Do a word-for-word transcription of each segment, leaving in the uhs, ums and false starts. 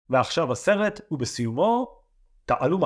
ועכשיו הסרט, ובסיומו, תעלומה.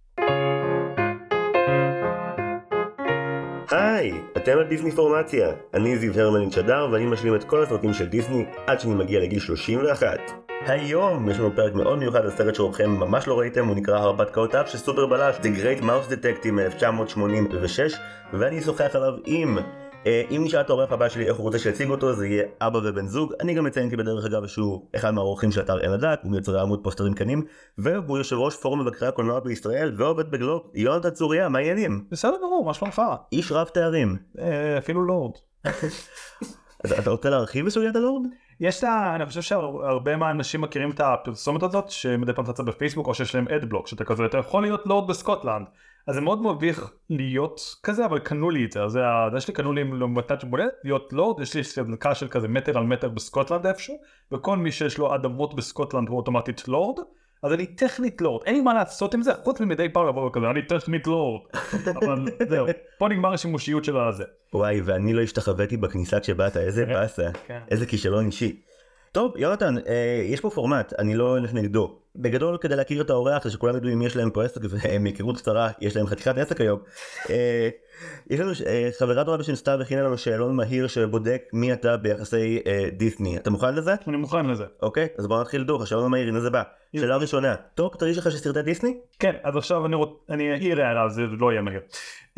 היי, אתם על דיסני פורמציה. אני זיו הרמלין שדר ואני משלים את כל הסרטים של דיסני עד שאני מגיע לגיל שלושים ואחת. היום יש לנו פרק מאוד מיוחד על סרט שרובכם ממש לא ראיתם, הוא נקרא הרפתקאותיו של סופר בלש, The Great Mouse Detective מ-אלף תשע מאות שמונים ושש, ואני אשוחח עליו עם... אם נשאל את העורך הבא שלי איך הוא רוצה שיציג אותו, זה יהיה אבא ובן זוג. אני גם מציין כי בדרך אגב שהוא אחד מהעורכים של אתר אין לדעת, הוא מיוצרי עמוד פוסטרים קנים, והוא יושב ראש פורום מבקרי הקולנוע בישראל ועובד בגלוב. יונתן צוריה, מה העניינים? בסדר גמור, מה שלומך? איש רב תארים. אפילו לורד. אתה רוצה להרחיב בסוגיית הלורד? יש לה, אני חושב שהרבה מהאנשים מכירים את הפרסומת הזאת שמדי פעם תצא בפייסבוק, או שיש להם אדבלוק, שאתה כזה, אתה יכול להיות לורד בסקוטלנד. אז זה מאוד מביך להיות כזה, אבל קנו לי את זה. אז יש לי קנו לי למתת שבולט, להיות לורד, יש לי סדנקה של כזה מטר על מטר בסקוטלנד איפשהו, וכל מי שיש לו אדמות בסקוטלנד הוא אוטומטית לורד, אז אני טכנית לורד. אין לי מה לעשות עם זה, חוץ ממדי פעם לבוא כזה, אני טכנית לורד. אבל זהו, פה נגמר השימושיות של הזה. וואי, ואני לא השתחוויתי בכניסה כשבאת, איזה פסה, איזה כישלון אישי. טוב, יונתן, אה, יש פה פורמט, אני לא אלך נגדו. בגדול, כדי להכיר את האורח, שכולם ידעו אם יש להם פה עסק, והם היכרות קצרה, יש להם חתיכת עסק היום. אה, יש לנו אה, חברה טובה בשם סתיו, הכינה לנו שאלון מהיר שבודק מי אתה ביחסי אה, דיסני. אתה מוכן לזה? אני מוכן לזה. אוקיי, אז בואו נתחיל דור, השאלון המהיר, הנה זה בא. שאלה ראשונה, טוב, תראי שלך של סרטי דיסני? כן, אז עכשיו אני רוצה, אני אעיר עליו, זה לא יהיה מהיר.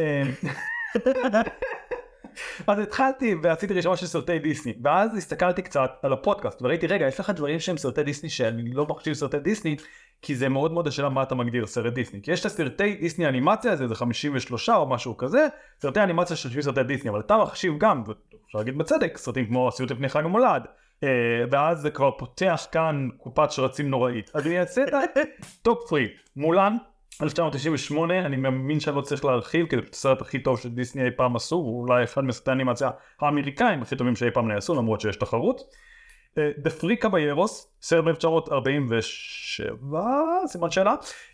אז התחלתי ועשיתי רשימה של סרטי דיסני, ואז הסתכלתי קצת על הפודקאסט וראיתי, רגע, יש לך דברים שהם סרטי דיסני שאני לא מחשיב סרטי דיסני, כי זה מאוד מאוד השאלה מה אתה מגדיר סרט דיסני, כי יש את הסרטי דיסני אנימציה, זה חמישים ושלוש או משהו כזה, סרטי אנימציה של סרטי דיסני, אבל אתה מחשיב גם, אפשר להגיד בצדק, סרטים כמו הסיוט לפני חג המולד, ואז זה כבר פותח כאן קופת שרצים נוראית. אז אני אעשה את הטופ שלוש, מולן, אלף תשע מאות תשעים ושמונה, אני מאמין שאני לא צריך להרחיב, כי זה הסרט הכי טוב של דיסני אי פעם עשו, הוא אולי אחד מסרטי האנימציה האמריקאים הכי טובים שאי פעם נעשו, למרות שיש תחרות. The Three Caballeros, סרט אלף תשע מאות ארבעים ושבע, סימן שאלה.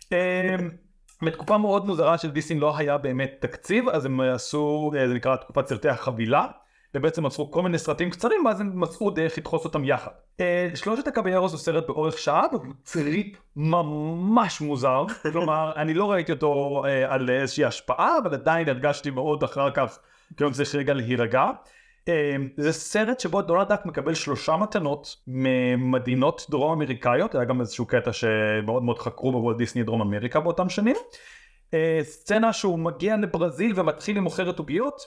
בתקופה מאוד מוזרה של דיסני לא היה באמת תקציב, אז הם עשו, זה נקרא תקופת סרטי החבילה, ובעצם מצאו כל מיני סרטים קצרים, ואז הם מצאו דרך לדחוס אותם יחד. שלושת הקביירוס הוא סרט באורך שעה, והוא צריפ ממש מוזר, כלומר, אני לא ראיתי אותו על איזושהי השפעה, אבל עדיין הרגשתי מאוד אחר כך, כאילו צריך רגע להירגע. זה סרט שבו דונלד דאק מקבל שלושה מתנות ממדינות דרום אמריקאיות, היה גם איזשהו קטע שמאוד מאוד חקרו בוולט דיסני דרום אמריקה באותם שנים. סצנה שהוא מגיע לברזיל ומתחיל למוכרת עוגיות,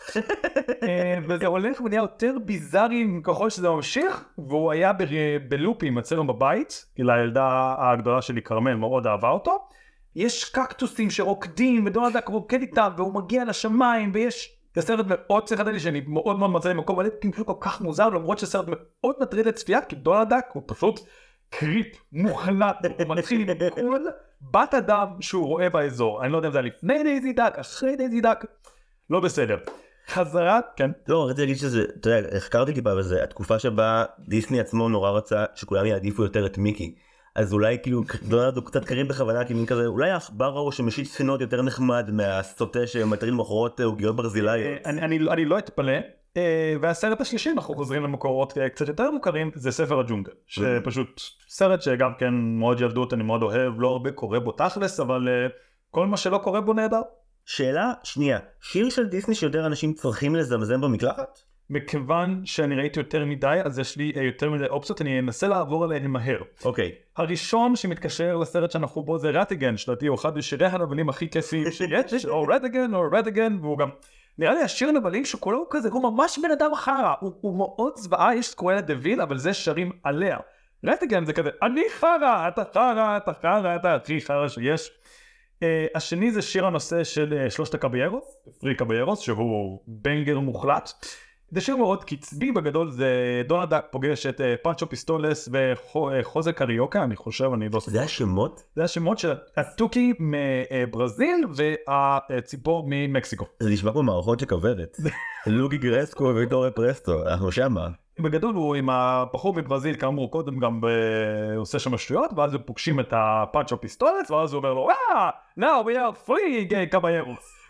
וזה הולך ונהיה יותר ביזארי ככל שזה ממשיך, והוא היה בלופים אצלנו בבית, כי לילדה הגדולה שלי קרמל מאוד אהבה אותו. יש קקטוסים שרוקדים ודונלד דאק רוקד איתם והוא מגיע לשמיים, ויש סרט מאוד צריך לי שאני מאוד מאוד מצא לי מקום, אבל זה כל כך מוזר, למרות שסרט מאוד מטריד לצפייה, כי דונלד דאק הוא פשוט קריפ מוחלט, הוא מתחיל עם כל בת אדם שהוא רואה באזור. אני לא יודע אם זה לפני דייזי דאק, אחרי דייזי דאק, לא בסדר. חזרה, כן. לא, רציתי להגיד שזה, אתה יודע, החקרתי טיפה בזה, התקופה שבה דיסני עצמו נורא רצה שכולם יעדיפו יותר את מיקי. אז אולי כאילו, דונלד הוא קצת קרים בכוונה, כי מין כזה, אולי העכבר ההוא שמשית ספינות יותר נחמד מהסוטה שמטריד מוכרות עוגיות ברזילאיות. אני לא אתפלא. והסרט השלישי, אנחנו חוזרים למקורות קצת יותר מוכרים, זה ספר הג'ונגל, שפשוט סרט שגם כן מאוד ילדות, אני מאוד אוהב, לא הרבה קורה בו תכלס, אבל כל מה שלא קורה בו נהדר. שאלה שנייה, שיר של דיסני שיותר אנשים צריכים לזמזם במקלחת? מכיוון שאני ראיתי יותר מדי, אז יש לי יותר מדי אופציות, אני אנסה לעבור עליהם מהר. אוקיי. הראשון שמתקשר לסרט שאנחנו בו זה רטיגן, שלדעתי הוא אחד משירי הנבלים הכי כיפים שיש, או רטיגן או רטיגן, והוא גם נראה לי השיר נבלים שכולו הוא כזה, הוא ממש בן אדם חרא, הוא, הוא מאוד זוועה, יש קרואלה דביל, אבל זה שרים עליה. רטיגן זה כזה, אני חרא, אתה חרא, אתה חרא, אתה הכי חרא שיש. Uh, השני זה שיר הנושא של uh, שלושת הקביירוס, פרי קביירוס, שהוא בנגר מוחלט. זה שיר מאוד קצבי, בגדול זה דונלד דאק פוגש את uh, פאנצ'ו פיסטולס וחוזה קריוקה, אני חושב, אני לא... זה השמות? זה השמות של הטוקי מברזיל והציפור ממקסיקו. זה נשמע כמו מערכות שכבדת. לוגי גרסקו וויטורי פרסטו, אנחנו שמה. בגדול הוא עם הבחור מברזיל, כאמור קודם גם עושה שם שטויות, ואז הם פוגשים את הפאנצ'ו פיסטולס, ואז הוא אומר לו, אה, now we are free gay caballeros.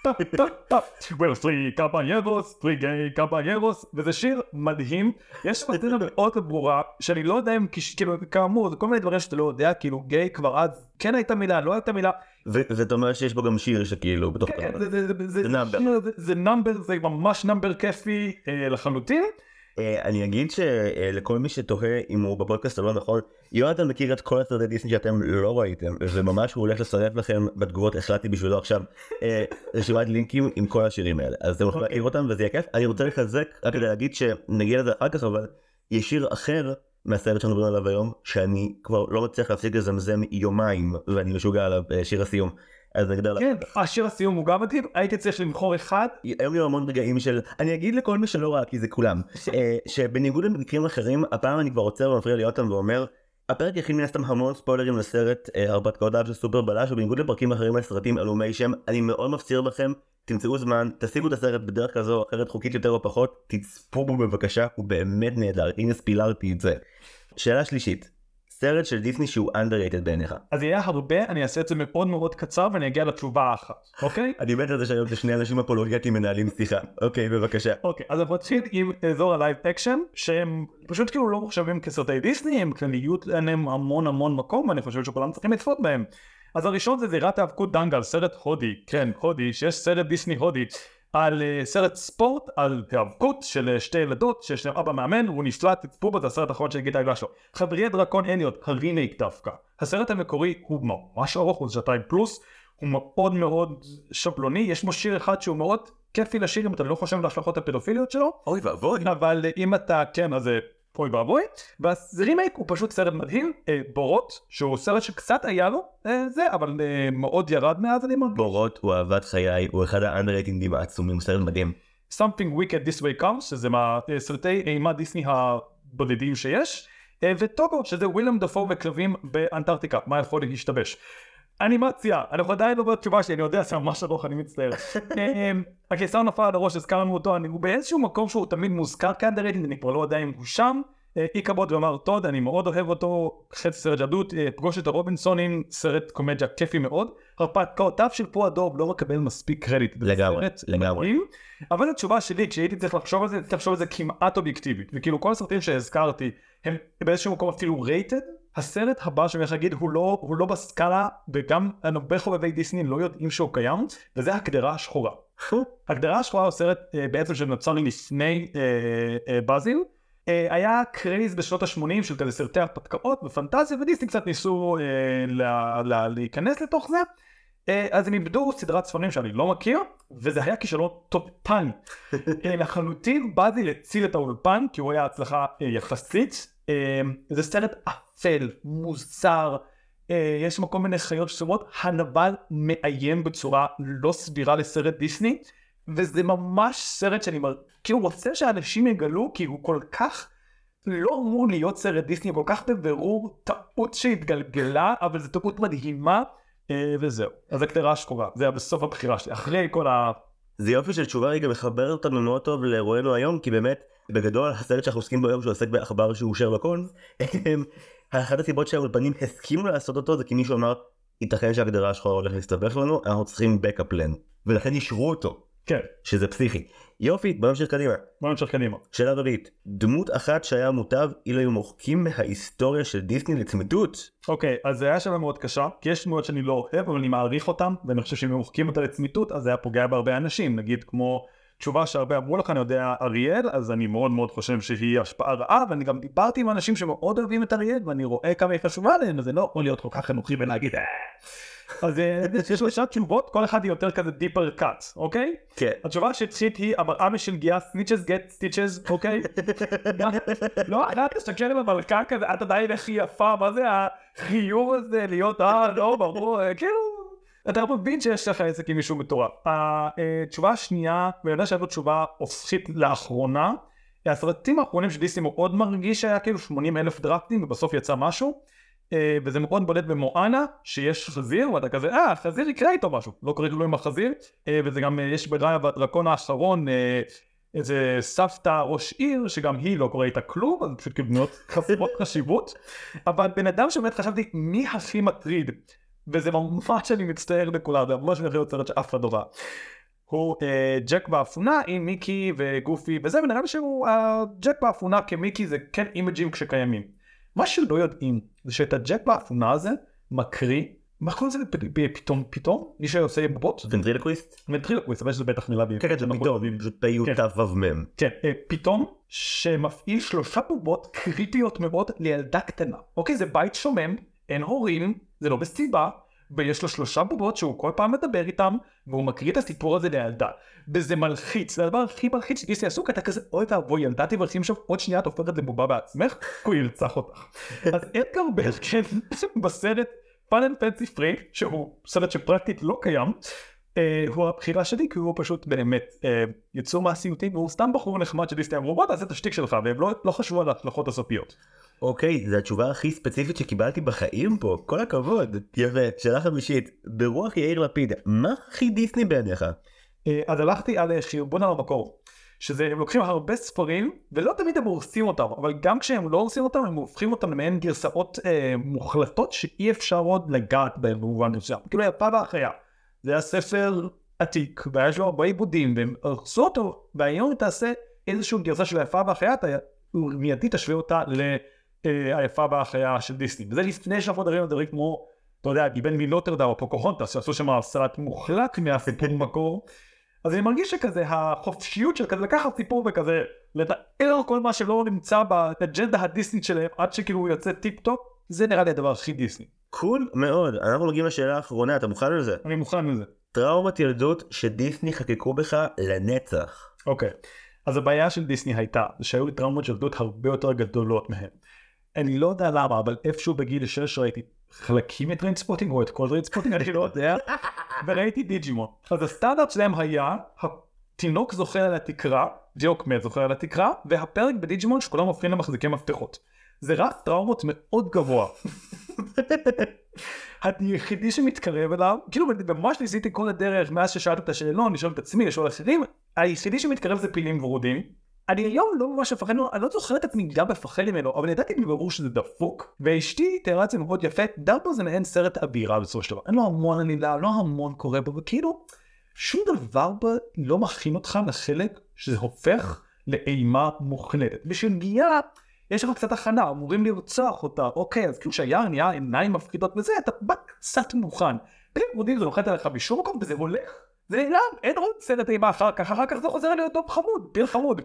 we're free caballeros, free gay caballeros, וזה שיר מדהים. יש סצנה מאוד ברורה, שאני לא יודע אם, כאילו, כאמור, זה כל מיני דברים שאתה לא יודע, כאילו, גיי כבר אז, כן הייתה מילה, לא הייתה מילה. ואת אומר שיש בו גם שיר שכאילו, בתוך זה נאמבר. זה נאמבר, זה ממש נאמבר כיפי לחלוטין. אני אגיד שלכל מי שתוהה אם הוא בפודקאסט או לא נכון, יונתן מכיר את כל הסרטי דיסני שאתם לא ראיתם, וממש הוא הולך לסרט לכם בתגובות, החלטתי בשבילו עכשיו רשימת לינקים עם כל השירים האלה, אז אתם יכולים להכיר אותם וזה יהיה כיף. אני רוצה לחזק רק כדי להגיד שנגיע לזה אחר כך, אבל יש שיר אחר מהסרט שאנחנו מדברים עליו היום, שאני כבר לא מצליח להפסיק לזמזם יומיים, ואני משוגע עליו, שיר הסיום. אז נגדר לך. כן, השיר הסיום הוא גם מדהים, הייתי צריך למחור אחד. היום לי המון רגעים של, אני אגיד לכל מי שלא ראה, כי זה כולם, שבניגוד למקרים אחרים, הפעם אני כבר עוצר ומפריע להיות ואומר, הפרק יכין מן הסתם המון ספוילרים לסרט הרפתקאותיו של סופר בלש, ובניגוד לפרקים אחרים על סרטים עלומי שם, אני מאוד מפציר בכם, תמצאו זמן, תשיגו את הסרט בדרך כזו או אחרת, חוקית יותר או פחות, תצפו בו בבקשה, הוא באמת נהדר, הנה ספילרתי את זה. שאלה שלישית, סרט של דיסני שהוא underrated בעיניך. אז יהיה הרבה, אני אעשה את זה מאוד מאוד קצר ואני אגיע לתשובה האחת, אוקיי? אני מת על זה שהיום שני אנשים אפולוגטיים מנהלים שיחה. אוקיי, בבקשה. אוקיי, אז אנחנו נתחיל עם אזור הלייב אקשן, שהם פשוט כאילו לא מחשבים כסרטי דיסני, הם כלליות להם המון המון מקום, ואני חושב שכולם צריכים לצפות בהם. אז הראשון זה זירת האבקות דנגל, סרט הודי, כן, הודי, שיש סרט דיסני הודי, על uh, סרט ספורט, על האבקות של uh, שתי ילדות, שיש להם אבא מאמן, הוא נפלט, תצפו בו, זה הסרט האחרון של גיטה גלשו. חברי הדרקון אליוט, הרימייק דווקא. הסרט המקורי הוא ממש ארוך, הוא שעתיים פלוס, הוא מאוד מאוד שבלוני, יש בו שיר אחד שהוא מאוד כיפי לשיר, אם אתה לא חושב להשלכות הפדופיליות שלו. אוי ואבוי. אבל uh, אם אתה, כן, אז אוי ואבוי. ואז רימייק הוא פשוט סרט מדהים, uh, בורות, שהוא סרט שקצת היה לו, uh, זה, אבל uh, מאוד ירד מאז אני מרגיש. בורות הוא אהבת חיי, הוא אחד האנדררייטינגים העצומים, סרט מדהים. Something Wicked This Way Comes, שזה מהסרטי אימה דיסני הבודדים שיש, uh, וטוגו, שזה ווילם דפו וכלבים באנטארקטיקה, מה יכול להשתבש. אנימציה, אנחנו עדיין לא בתשובה שלי, אני יודע שזה ממש ארוך, אני מצטער. הקיסר נפל על הראש, הזכרנו אותו, הוא באיזשהו מקום שהוא תמיד מוזכר כאנדררייטינג, אני כבר לא יודע אם הוא שם. איקבוד ואמר טוד, אני מאוד אוהב אותו, חצי סרט ג'דות, פגוש את הרובינסונים, סרט קומדיה כיפי מאוד. הרפתקאותיו של פו הדוב לא מקבל מספיק קרדיט. לגמרי, לגמרי. אבל התשובה שלי, כשהייתי צריך לחשוב על זה, צריך לחשוב על זה כמעט אובייקטיבית, וכאילו כל הסרטים שהזכרתי, הם באיזשהו מקום אפילו רייטד. הסרט הבא שאני אגיד הוא לא, הוא לא בסקאלה, וגם הרבה חובבי דיסני לא יודעים שהוא קיים, וזה הגדרה השחורה. הגדרה השחורה הוא סרט בעצם שנוצר לפני בזיל, היה קרייז בשנות ה-שמונים של כזה סרטי הרפתקאות ופנטזיה, ודיסני קצת ניסו להיכנס לתוך זה, אז הם איבדו סדרת ספרים שאני לא מכיר, וזה היה כישלון טוטלי. לחלוטין בזיל הציל את האולפן, כי הוא היה הצלחה יחסית. זה סרט אפל, מוזר, יש מקום מיני חיות שסומות, הנבל מאיים בצורה לא סבירה לסרט דיסני, וזה ממש סרט שאני כאילו רוצה שאנשים יגלו, כי הוא כל כך לא אמור להיות סרט דיסני, כל כך בבירור טעות שהתגלגלה, אבל זו טעות מדהימה, וזהו. אז הגדרה השחורה, זה היה בסוף הבחירה שלי, אחרי כל ה... זה יופי של תשובה, היא גם מחברת אותנו מאוד טוב לרואינו היום, כי באמת, בגדול, הסרט שאנחנו עוסקים בו היום, שהוא עוסק בעכבר שהוא שרלוק, אחת הסיבות שהאולפנים הסכימו לעשות אותו, זה כי מישהו אמר, ייתכן שהגדרה השחורה הולך להסתבך לנו, אנחנו צריכים backup plan, ולכן אישרו אותו. כן. שזה פסיכי. יופי, בוא נמשיך קדימה. בוא נמשיך קדימה. שאלה רביעית, דמות אחת שהיה מוטב אילו היו מוחקים מההיסטוריה של דיסני לצמיתות. אוקיי, אז זה היה שאלה מאוד קשה, כי יש דמויות שאני לא אוהב, אבל אני מעריך אותם, ואני חושב שאם הם מוחקים אותה לצמיתות, אז זה היה פוגע בהרבה אנשים, נגיד כמו תשובה שהרבה אמרו לך, אני יודע אריאל, אז אני מאוד מאוד חושב שהיא השפעה רעה, ואני גם דיברתי עם אנשים שמאוד אוהבים את אריאל, ואני רואה כמה היא חשובה להם, אז זה לא יכול להיות כל כך חינוכי ולהגיד, אז יש לו שעת תשובות, כל אחד היא יותר כזה דיפר קאט, אוקיי? כן. התשובה שצ'יט היא המראה משלגיה, סניצ'ס גט סטיצ'ס, אוקיי? לא, אתה תשתקר עם המלכה כזה, אתה עדיין איך היא יפה, מה זה החיור הזה להיות, אה, לא, ברור, כאילו, אתה מבין שיש לך עסק עם מישהו מטורף. התשובה השנייה, ואני יודע שהייתה תשובה הופכית לאחרונה, הסרטים האחרונים של דיסני מאוד מרגיש שהיה כאילו שמונים אלף דרפטים, ובסוף יצא משהו, וזה מאוד בולט במואנה, שיש חזיר, ואתה כזה, אה, חזיר יקרה איתו משהו, לא קורה כלום עם החזיר, וזה גם, יש בראיה בדרקון האחרון, איזה סבתא ראש עיר, שגם היא לא קורא איתה כלום, אז פשוט כבנות חסרות חשיבות, אבל בן אדם שבאמת חשבתי מי הכי מטריד, וזה ממש שאני מצטער לכולם, זה ממש מכיר יוצרת שאף אחד לא ראה. הוא אה, ג'ק באפונה עם מיקי וגופי, וזה ונראה לי שהוא אה, ג'ק באפונה כמיקי זה כן אימג'ים כשקיימים. מה שלא יודעים זה שאת הג'ק באפונה הזה מקריא, מה קוראים לזה פתאום פתאום? מי שעושה בובות? ונטרילקוויסט? ונטרילקוויסט, אבל שזה בטח מילה ביותר. כן, זה פתאום, פשוט פי תו"ם. כן, פתאום שמפעיל שלושה בובות קריטיות מאוד לילדה קטנה. אוקיי, זה בית שומם, אין הורים, זה לא בסיבה, ויש לו שלושה בובות שהוא כל פעם מדבר איתם, והוא מקריא את הסיפור הזה לילדה. וזה מלחיץ, זה הדבר הכי מלחיץ שדיסני עשו, כי אתה כזה, אוי ואבוי, ילדה תברחים שם, עוד שנייה את הופכת לבובה בעצמך, הוא ירצח אותך. אז אדגר ברקן בסרט פאנל פנסי פרי, שהוא סרט שפרקטית לא קיים, אה, הוא הבחירה שלי, כי הוא פשוט באמת אה, יצור מהסיוטים, והוא סתם בחור נחמד שדיסני אמרו, בוא תעשה את השטיק שלך, והם לא, לא חשבו על ההשלכות הסופיות. אוקיי, זו התשובה הכי ספציפית שקיבלתי בחיים פה, כל הכבוד. יפה, שאלה חמישית, ברוח יאיר לפיד, מה הכי דיסני בעיניך? אה, אז הלכתי על חרבון על המקור, שזה, הם לוקחים הרבה ספרים, ולא תמיד הם הורסים אותם, אבל גם כשהם לא הורסים אותם, הם הופכים אותם למעין גרסאות אה, מוחלטות, שאי אפשר עוד לגעת בהם במובן מסוים. כאילו, יפה והחיה, זה היה ספר עתיק, ויש לו הרבה עיבודים, והם הרסו אותו, והיום תעשה איזושהי גרסה של היפה והחיה, אתה מיידית תשווה אותה ליפה והחיה של דיסני. וזה לפני שאנחנו מדברים על דברים כמו, אתה יודע, גיבן מנוטרדם או פוקהונטס, שעשו שם סרט מוחלט מהסיפור מקור. אז אני מרגיש שכזה, החופשיות של כזה לקחת סיפור וכזה, לתאר כל מה שלא נמצא באג'נדה הדיסנית שלהם, עד שכאילו הוא יוצא טיפ טופ, זה נראה לי הדבר הכי דיסני. קול מאוד, אנחנו מגיעים לשאלה האחרונה, אתה מוכן לזה? אני מוכן לזה. טראומת ילדות שדיסני חקקו בך לנצח. אוקיי, אז הבעיה של דיסני הייתה, שהיו לי טראומות ילדות הרבה יותר גדולות מהם. אני לא יודע למה, אבל איפשהו בגיל שש ראיתי חלקים מטריינספוטינג או את כל טריינספוטינג, אני לא יודע, וראיתי דיג'ימון. אז הסטנדרט שלהם היה, התינוק זוכר על התקרה, דיוקמן זוכר על התקרה, והפרק בדיג'ימון שכולם הופכים למחזיקי מפתחות. זה רף טראומות מאוד גבוה. היחידי שמתקרב אליו, כאילו ממש ניסיתי כל הדרך, מאז ששאלתי את השאלון, לשאול את עצמי, לשאול אחרים, היחידי שמתקרב זה פילים ורודים. אני היום לא ממש מפחד, אני לא זוכר את עצמי גם מפחד ממנו, אבל ידעתי בברור שזה דפוק, ואשתי תיארה את זה מאוד יפה, דארטו זה מעין סרט אבירה בסופו של דבר, אין לו המון עלילה, לא המון קורה בו, וכאילו, שום דבר בה לא מכין אותך לחלק שזה הופך לאימה מוחלטת. בשביל גיעה, יש לך קצת הכנה, אמורים לרצוח אותה, אוקיי, אז כאילו שהיער נהיה עיניים מפחידות וזה, אתה בא קצת מוכן. פילים ורודים זה נוחת עליך בשום מקום, וזה הולך. זה נעלם, אין עוד סרט אימה אחר כך, אחר כך זה חוזר להיות טוב חמוד, פיל חמוד.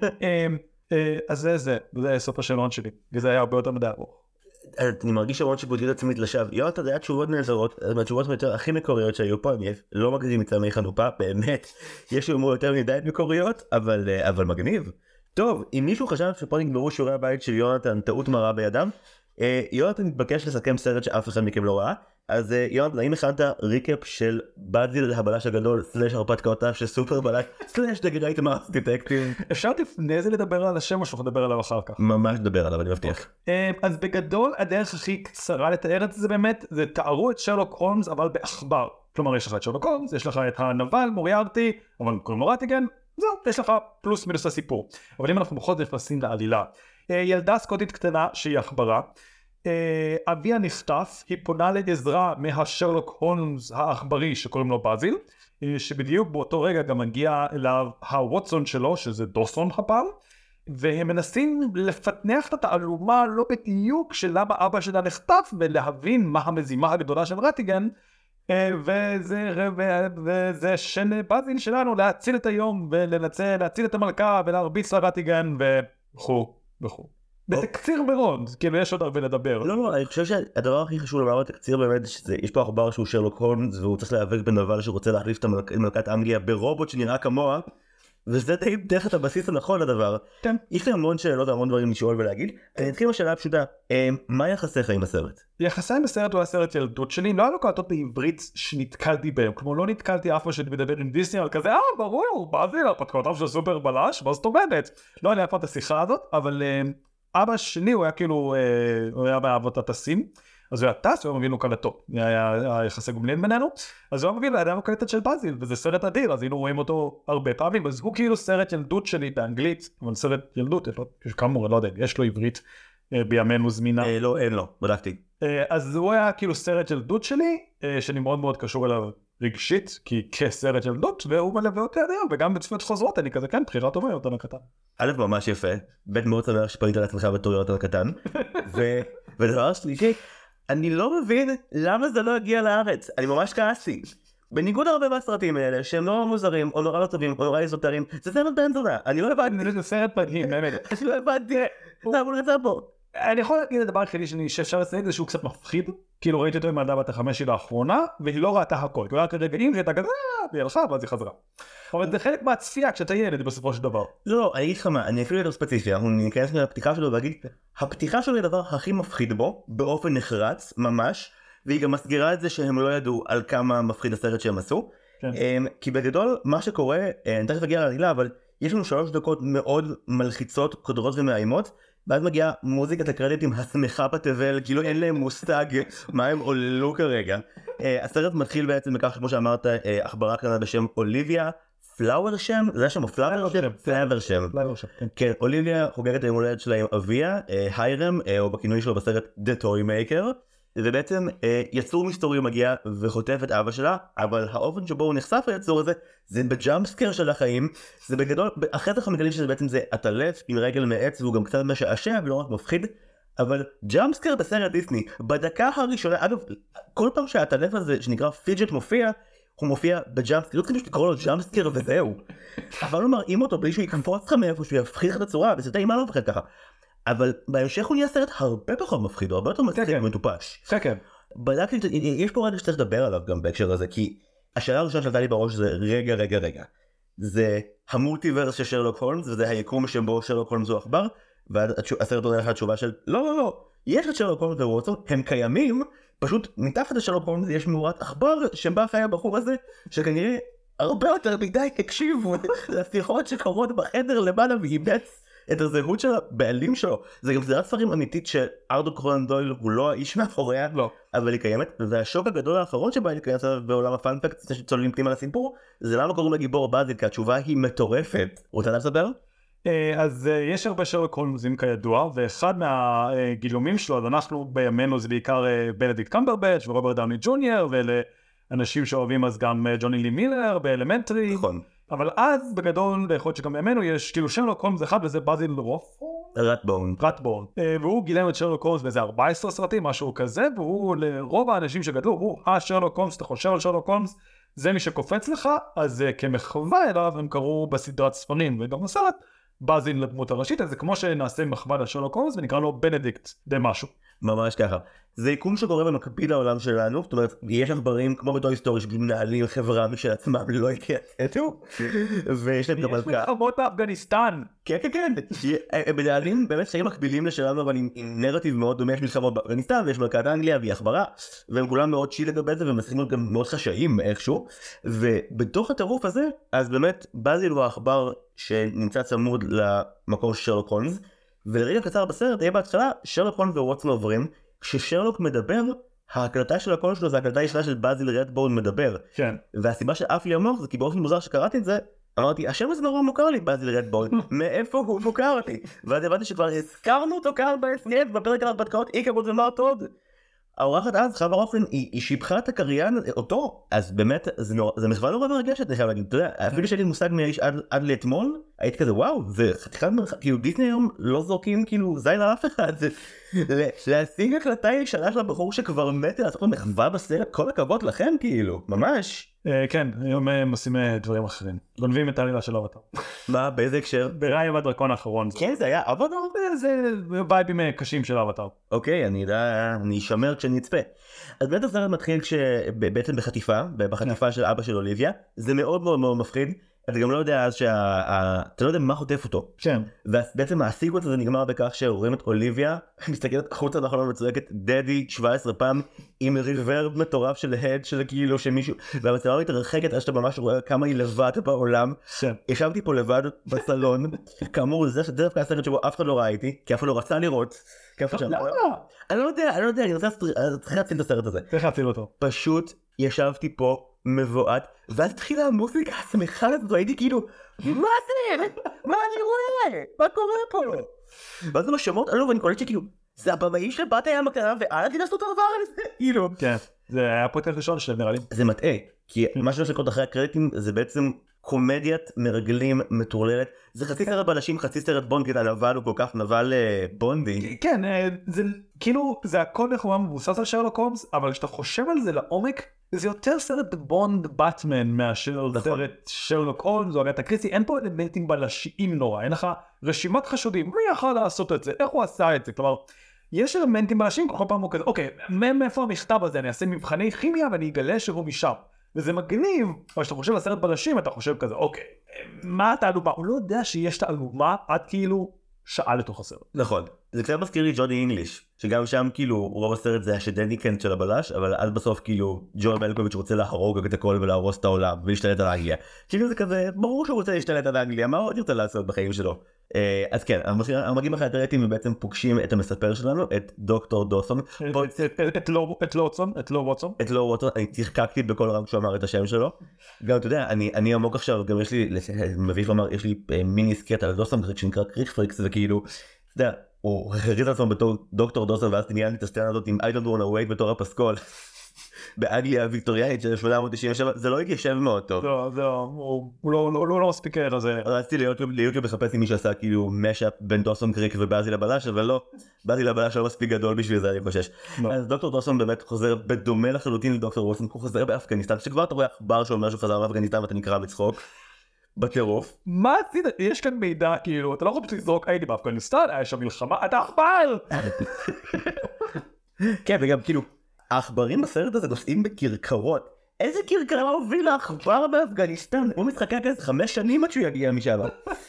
אז זה זה, זה סוף השאלון שלי, וזה היה הרבה יותר מדי ארוך. אני מרגיש המון שבודיות עצמית לשווא, יוטה זה היה תשובות נהזרות, מהתשובות הכי מקוריות שהיו פה, אני לא מגזים מצלמי חנופה, באמת, יש לנו יותר מדי מקוריות, אבל מגניב. טוב, אם מישהו חשב שפה נגמרו שיעורי הבית של יונתן טעות מרה בידם, יונתן מתבקש לסכם סרט שאף אחד מכם לא ראה, אז יונתן, האם הכנת ריקאפ של באזיל הבלש הגדול, סלש הרפתקאותיו של סופר בלש, סלש דגרייט מארס דיטקטיב? אפשר לפני זה לדבר על השם או שאנחנו נדבר עליו אחר כך? ממש לדבר עליו, אני מבטיח. אז בגדול, הדרך הכי קצרה לתאר את זה באמת, זה תארו את שרלוק הולמס אבל בעכבר. כלומר, יש לך את שרלוק הולמס, יש לך את הנבל, מוריארטי, אבל קוראים לו רטיגן, זהו, יש לך פלוס מינוס הסיפור. אבל אם אנחנו בכל זאת נכנסים לעלילה, ילדה סקוטית קטנה שהיא עכברה, אביה נחטף, היא פונה לעזרה מהשרלוק הולמס העכברי שקוראים לו באזיל, שבדיוק באותו רגע גם מגיע אליו הווטסון שלו, שזה דוסון הפעם, והם מנסים לפתח את התעלומה לא בדיוק של למה אבא שלה נחטף, ולהבין מה המזימה הגדולה של רטיגן, וזה, וזה של באזיל שלנו להציל את היום ולנצל, להציל את המלכה ולהרביץ לרטיגן וכו' וכו'. בתקציר מאוד, כאילו יש עוד הרבה לדבר. לא, לא, אני חושב שהדבר הכי חשוב לומר בתקציר באמת, שיש פה עכבר שהוא שרלוק הולמס, והוא צריך להיאבק בנבל שרוצה להחליף את מלכת אנגליה ברובוט שנראה כמוה, וזה די דרך את הבסיס הנכון לדבר. כן. יש לי המון שאלות, המון דברים לשאול ולהגיד. אני אתחיל בשאלה הפשוטה, מה יחסיך עם הסרט? יחסי עם הסרט הוא הסרט ילדות שלי, לא היה לו קלטות בעברית שנתקלתי בהם, כמו לא נתקלתי אף מה שאני מדבר עם דיסני, על כזה, אה, ברור, באזיל, הרפתקאותיו של סופר בלש, מה זאת אומרת? לא היה אף פעם את השיחה הזאת, אבל אבא שלי הוא היה כאילו, הוא היה באהבות הטסים, אז הוא היה טס, הוא מביא לו קלטות, היה יחסי גומלין בינינו, אז הוא מביא לידיים הקלטת של בזיל, וזה סרט אדיר, אז היינו רואים אותו הרבה פעמים, אז הוא כאילו סרט ילדות שלי באנגלית, אבל סרט ילדות, כאמור, לא יודע, יש לו עברית בימינו זמינה. לא, אין לו, בדקתי. אז הוא היה כאילו סרט ילדות שלי, שאני מאוד מאוד קשור אליו רגשית, כי כסרט ילדות, והוא מלווה אותי עד היום, וגם בצפיות חוזרות, אני כזה, כן, בחירה טובה, יונתן הקטן. א', ממש יפה, בית מאוד שמח שפנית על עצמך בתור יונתן הקטן, ודבר שלישי, אני לא מבין למה זה לא הגיע לארץ, אני ממש כעסתי. בניגוד הרבה מהסרטים האלה, שהם לא מוזרים, או נורא לא טובים, או נורא איזוטריים, זה סרט בן זונה, אני לא הבנתי. זה סרט מדהים, באמת. אני לא הבנתי, זה אמור לצא פה. אני יכול להגיד את הדבר היחידי שאפשר לסייג זה שהוא קצת מפחיד, כאילו ראיתי אותו עם הילדה בת החמש שלה האחרונה, והיא לא ראתה הכל, כי הוא היה כרגעים שהייתה כזה, והיא הלכה, ואז היא חזרה. אבל זה חלק מהצפייה כשאתה ילד בסופו של דבר. לא, אני אגיד לך מה, אני אפילו יותר ספציפי, אנחנו ניכנס לפתיחה שלו ואגיד, הפתיחה שלו היא הדבר הכי מפחיד בו, באופן נחרץ, ממש, והיא גם מסגירה את זה שהם לא ידעו על כמה מפחיד הסרט שהם עשו, כי בגדול מה שקורה, אני תכף אגיע לעלילה, אבל יש לנו שלוש דקות מאוד מלחיצות, קודרות ומאיימות, ואז מגיעה מוזיקת הקרדיטים השמחה בתבל, כאילו אין להם מושג מה הם עולו כרגע. הסרט מתחיל בעצם בכך שכמו שאמרת, עכברה קטנה בשם אוליביה פלאואר שם, זה השם או פלאואר שם? פלאואר שם. כן, אוליביה חוגגת היום הולדת שלה עם אביה, היירם, או בכינוי שלו בסרט The Toy Maker, ובעצם יצור מסתורי מגיע וחוטף את אבא שלה, אבל האופן שבו הוא נחשף ליצור הזה, זה בג'אמפסקר של החיים, זה בגדול, אחרי זה אנחנו מגלים שזה בעצם זה עטלף עם רגל מעץ, והוא גם קצת משעשע ולא רק מפחיד, אבל ג'אמפסקר בסרט דיסני, בדקה הראשונה, אגב, כל פעם שהעטלף הזה שנקרא פיג'ט מופיע, הוא מופיע בג'אמפסקר, לא צריכים לקרוא לו ג'אמפסקר וזהו, אבל לא מראים אותו בלי שהוא יקפוץ לך מאיפה שהוא יפחיד לך את הצורה, וסרטי אימה לא מפחיד ככה. אבל בהמשך הוא נהיה סרט הרבה פחות מפחיד, הרבה יותר מצחיק ומטופש. כן. בדקתי, יש פה רגע שצריך לדבר עליו גם בהקשר הזה, כי השאלה הראשונה שעלתה לי בראש זה רגע, רגע, רגע. זה המולטיברס של שרלוק הולמס, וזה היקום שבו שרלוק הולמס הוא עכבר, והסרט עונה לך התשובה של, לא, לא, לא, יש את שרלוק הולמס וווטסון, הם קיימים, פשוט מתחת לשרלוק הולמס יש מאורת עכבר, שבה חי הבחור הזה, שכנראה הרבה יותר מדי הקשיבו לשיחות שקורות בחדר למעלה ואיבץ את הזהות של הבעלים שלו. זה גם סדרת ספרים אמיתית שארתור קונן דויל הוא לא האיש מאחוריה, לא. אבל היא קיימת, והשוק הגדול האחרון שבא להיכנס בעולם הפאנפקט, זה שצוללים פנימה לסיפור, זה למה קוראים לגיבור בזיל, כי התשובה היא מטורפת. רוצה לספר? אז יש הרבה שרלוק הולמסים כידוע, ואחד מהגילומים שלו, אז אנחנו בימינו זה בעיקר בנדיקט קמברבץ' ורוברט דאוני ג'וניור, ולאנשים שאוהבים אז גם ג'וני לי מילר באלמנטרי. נכון. אבל אז בגדול, ויכול להיות שגם בימינו יש כאילו שרלוק הולמס אחד, וזה בזיל רופו? רטבורן. רטבורן. והוא גילם את שרלוק הולמס באיזה ארבע עשרה סרטים, משהו כזה, והוא לרוב האנשים שגדלו, הוא השרלוק הולמס, אתה חושב על שרלוק הולמס, זה מי שקופץ לך, אז כמחווה אליו הם קראו בסדרת ספרים, וגם בסרט, בזיל לדמות הראשית, אז זה כמו שנעשה מחווה לשרלוק הולמס, ונקרא לו בנדיקט דה משהו. ממש ככה. זה יקום שקורה במקביל לעולם שלנו, זאת אומרת, יש עכברים כמו בטוי היסטורי שמנהלים חברה משל עצמם לא יקטעו, ויש להם גם מלכה. יש מלחמות באפגניסטן. כן, כן, כן. הם מנהלים באמת שהם מקבילים לשלנו, אבל עם נרטיב מאוד דומה, יש מלחמות באפגניסטן, ויש מלכת אנגליה והיא עכברה, והם כולם מאוד צ'יל לגבי זה, ומצליחים להיות גם מאוד חשאיים איכשהו, ובתוך הטירוף הזה, אז באמת בזיל הוא העכבר שנמצא צמוד למקור של שרלוק הולמס, ולרגע קצר בסרט, יהיה בהתחלה, שרלוק הולמס וווטסון עוברים, כששרלוק מדבר, ההקלטה של הקול שלו זה הקלטה ישנה של בזיל רטבורן מדבר. כן. והסיבה שעף לי המוח זה כי באופן מוזר שקראתי את זה, אמרתי, השם הזה נורא מוכר לי, בזיל רטבורן, מאיפה הוא מוכר לי? ואז הבנתי שכבר הזכרנו אותו כאן בהסגב, בפרק על הרפתקאות, איקבוס ומה עוד. האורחת אז, חווה רופלין, היא, היא שיבחה את הקריין, אותו, אז באמת, זה, נור... זה מחווה נורא מרגשת, אני חייב להגיד, אתה יודע, אפילו שהייתי מושג מהאיש עד, עד לאתמול, הייתי כזה, וואו, זה חתיכת מרחק, כאילו דיסני היום לא זורקים כאילו זין על אף אחד, זה להשיג הקלטה ישנה של הבחור שכבר מת, לעשות לו מחווה בסרט, כל הכבוד לכם כאילו, ממש. כן, היום הם עושים דברים אחרים, גונבים את העלילה של אבטאר. מה, באיזה הקשר? בראי הדרקון האחרון. כן, זה היה אבטאר? זה וייבים קשים של אבטאר. אוקיי, אני יודע, אני אשמר כשאני אצפה. אז באמת הסרט מתחיל בעצם בחטיפה, בחטיפה של אבא של אוליביה, זה מאוד מאוד מאוד מפחיד. אתה גם לא יודע אז שה... אתה לא יודע מה חוטף אותו. כן. ובעצם הסיקוונס הזה נגמר בכך שרואים את אוליביה, מסתכלת החוצה לחלון וצועקת דדי שבע עשרה פעם, עם ריברב מטורף של הד של כאילו שמישהו, והמצלמה מתרחקת עד שאתה ממש רואה כמה היא לבד בעולם. כן. ישבתי פה לבד בסלון, כאמור זה דווקא הסרט שבו אף אחד לא ראיתי, כי אף אחד לא רצה לראות. למה? אני לא יודע, אני לא יודע, אני רוצה להציל את הסרט הזה. צריך להציל אותו. פשוט ישבתי פה מבועת, ואז התחילה המוזיקה השמחה הזאת, והייתי כאילו, מה זה? מה אני רואה? מה קורה פה? ואז זה משמעות, אלו, ואני קולט שכאילו, זה הבמאים של בת הים הקטנה, ואל תדעו לעשות את הדבר הזה, כאילו. כן, זה היה פרויקט ראשון שלהם נראה לי. זה מטעה, כי מה שיש לקרות אחרי הקרדיטים, זה בעצם קומדיית מרגלים מטורללת, זה חצי סרט בלשים, חצי סרט בונד, כי אתה נבל, הוא כל כך נבל בונדי. כן, זה כאילו, זה הכל לכאורה מבוסס על שרלוק הולמס, אבל כשאתה חושב על זה לעומק, זה יותר סרט בונד באטמן מאשר סרט שרלוק הולמס או אגתה קריסטי. אין פה אלמנטים בלשיים נורא, אין לך רשימת חשודים, מי יכול לעשות את זה, איך הוא עשה את זה, כלומר, יש אלמנטים בלשיים, כל פעם הוא כזה, אוקיי, מאיפה המכתב הזה, אני אעשה מבחני כימיה ואני אגלה שהוא משם. וזה מגניב, אבל כשאתה חושב על סרט בלשים, אתה חושב כזה, אוקיי, מה התעלומה? הוא לא יודע שיש תעלומה עד כאילו שעה לתוך הסרט. נכון, זה קצת מזכיר לי ג'וני אינגליש, שגם שם כאילו רוב הסרט זה השדני קנט של הבלש, אבל עד בסוף כאילו ג'ון מלקוביץ' רוצה להרוג את הכל ולהרוס את העולם ולהשתלט על אנגליה. כאילו זה כזה, ברור שהוא רוצה להשתלט על אנגליה, מה עוד ירצה לעשות בחיים שלו? אז כן, אנחנו מגיעים אחרי הקרדיטים ובעצם פוגשים את המספר שלנו, את דוקטור דוסון. את לו ווטסון, את לו ווטסון. את לו ווטסון, אני תחקקתי בכל רם כשהוא אמר את השם שלו. גם אתה יודע, אני עמוק עכשיו, גם יש לי, מביש לומר, יש לי מיני סקט על דוסון שנקרא קריק-פריקס, וכאילו, אתה יודע, הוא הכריז על עצמו בתור דוקטור דוסון, ואז תניינתי את הסצנה הזאת עם I don't wanna wait בתור הפסקול. באנגליה הוויקטוריאנית של שמונה מאות תשעים ושבע, זה לא התיישב מאוד טוב. לא, זה לא, הוא לא מספיק לזה. רציתי ליוטיוב לחפש עם מי שעשה כאילו משאפ בין דוסון קריק ובאזיל הבלש, אבל לא, באזיל הבלש לא מספיק גדול בשביל זה, אני חושש. אז דוקטור דוסון באמת חוזר בדומה לחלוטין לדוקטור ווסון, הוא חוזר באפגניסטן, שכבר אתה רואה עכבר שאומר שהוא חזר מאפגניסטן ואתה נקרא בצחוק. בטירוף. מה עשית? יש כאן מידע, כאילו, אתה לא יכול פשוט לזרוק, הייתי באפגניסטן, היה שם מלחמה, אתה עכבר! כן, וגם כאילו, העכברים בסרט הזה נוסעים בקרקרות. איזה קרקרה הוביל לעכבר באפגניסטן? הוא משחקה כזה חמש שנים עד שהוא יגיע משם.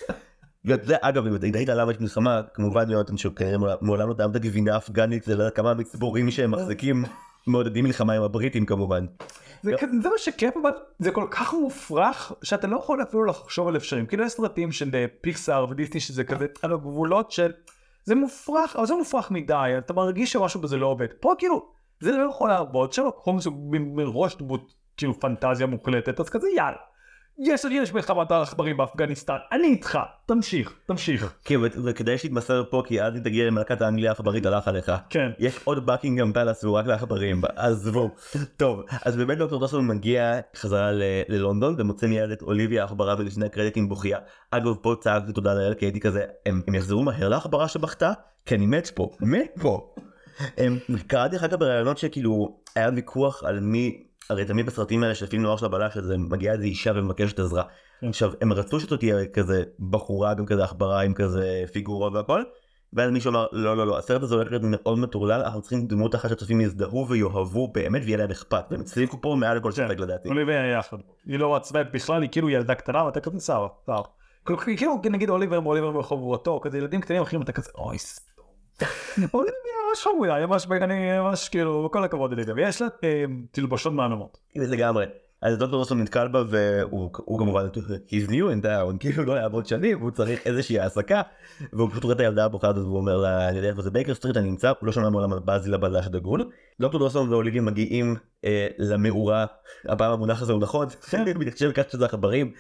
וזה, אגב, אם אתה היית למה יש מלחמה, כמובן יונתן שכנראה מעולם לא טעם את הגבינה האפגנית, זה לא כמה מצבורים שהם מחזיקים, מעודדים מלחמה עם הבריטים כמובן. זה מה שכיף, אבל זה כל כך מופרך שאתה לא יכול אפילו לחשוב על אפשרים. כאילו יש סרטים של פיקסאר ודיסני שזה כזה על הגבולות של זה מופרך, אבל זה מופרך מדי, אתה מרגיש שמשהו בזה לא עובד. פה כאילו זה לא יכול לעבוד, שרלוק הולמס הוא מראש דמות כאילו פנטזיה מוחלטת, אז כזה יאללה. יש לי יש מלחמת העכברים באפגניסטן, אני איתך, תמשיך, תמשיך. כן, וכדאי שתתמסר פה, כי אז אם תגיע למלכת האנגליה העכברית הלך עליך. כן. יש עוד בקינגהאם פלאס והוא רק לעכברים, אז זבו. טוב, אז באמת דוקטור דוסון מגיע חזרה ללונדון ומוצא מיד את אוליביה העכברה ולפני הקרדיטים בוכייה. אגב, פה צעקתי תודה לאל, כי הייתי כזה, הם יחזרו מהר לעכברה שבכתה? כי אני מת פה, מת פה. קראתי אחר כך ברעיונות שכאילו היה ויכוח על מי, הרי תמיד בסרטים האלה של פילם נוער של הבלש הזה מגיעה איזו אישה ומבקשת עזרה. עכשיו הם רצו שזאת תהיה כזה בחורה גם כזה עכברה עם כזה פיגורות והכל, ואז מישהו אמר לא לא לא, הסרט הזה הולך להיות מאוד מטורלל, אנחנו צריכים דמות אחת שהצופים יזדהו ויאהבו באמת ויהיה להם אכפת, והם הצליחו פה מעל לכל ספק לדעתי. אוליביה היה יחד, היא לא עצבית בכלל, היא כאילו ילדה קטנה ואתה כזה סער, סער. כאילו נגיד אוליבר מאוליבר מחבורתו, כזה ילדים קטנים אחרים אתה כזה אוי אוליביה ממש חמודה, אני ממש כאילו כל הכבוד אלידה, ויש לה תלבושות מענמות. לגמרי. אז דוקטור דוסון נתקל בה והוא כמובן he's new in town, כאילו לא יעבוד שנים והוא צריך איזושהי העסקה, והוא פשוט רואה את הילדה הבוחרת והוא אומר לה אני יודע איפה זה בייקר סטריט, אני נמצא, הוא לא שומע מעולם על באזיל הבלש הדגול. דוקטור דוסון ואוליביה מגיעים למאורה, הפעם המונח הזה הוא נכון, אני מתחשב כך שזה עכברים,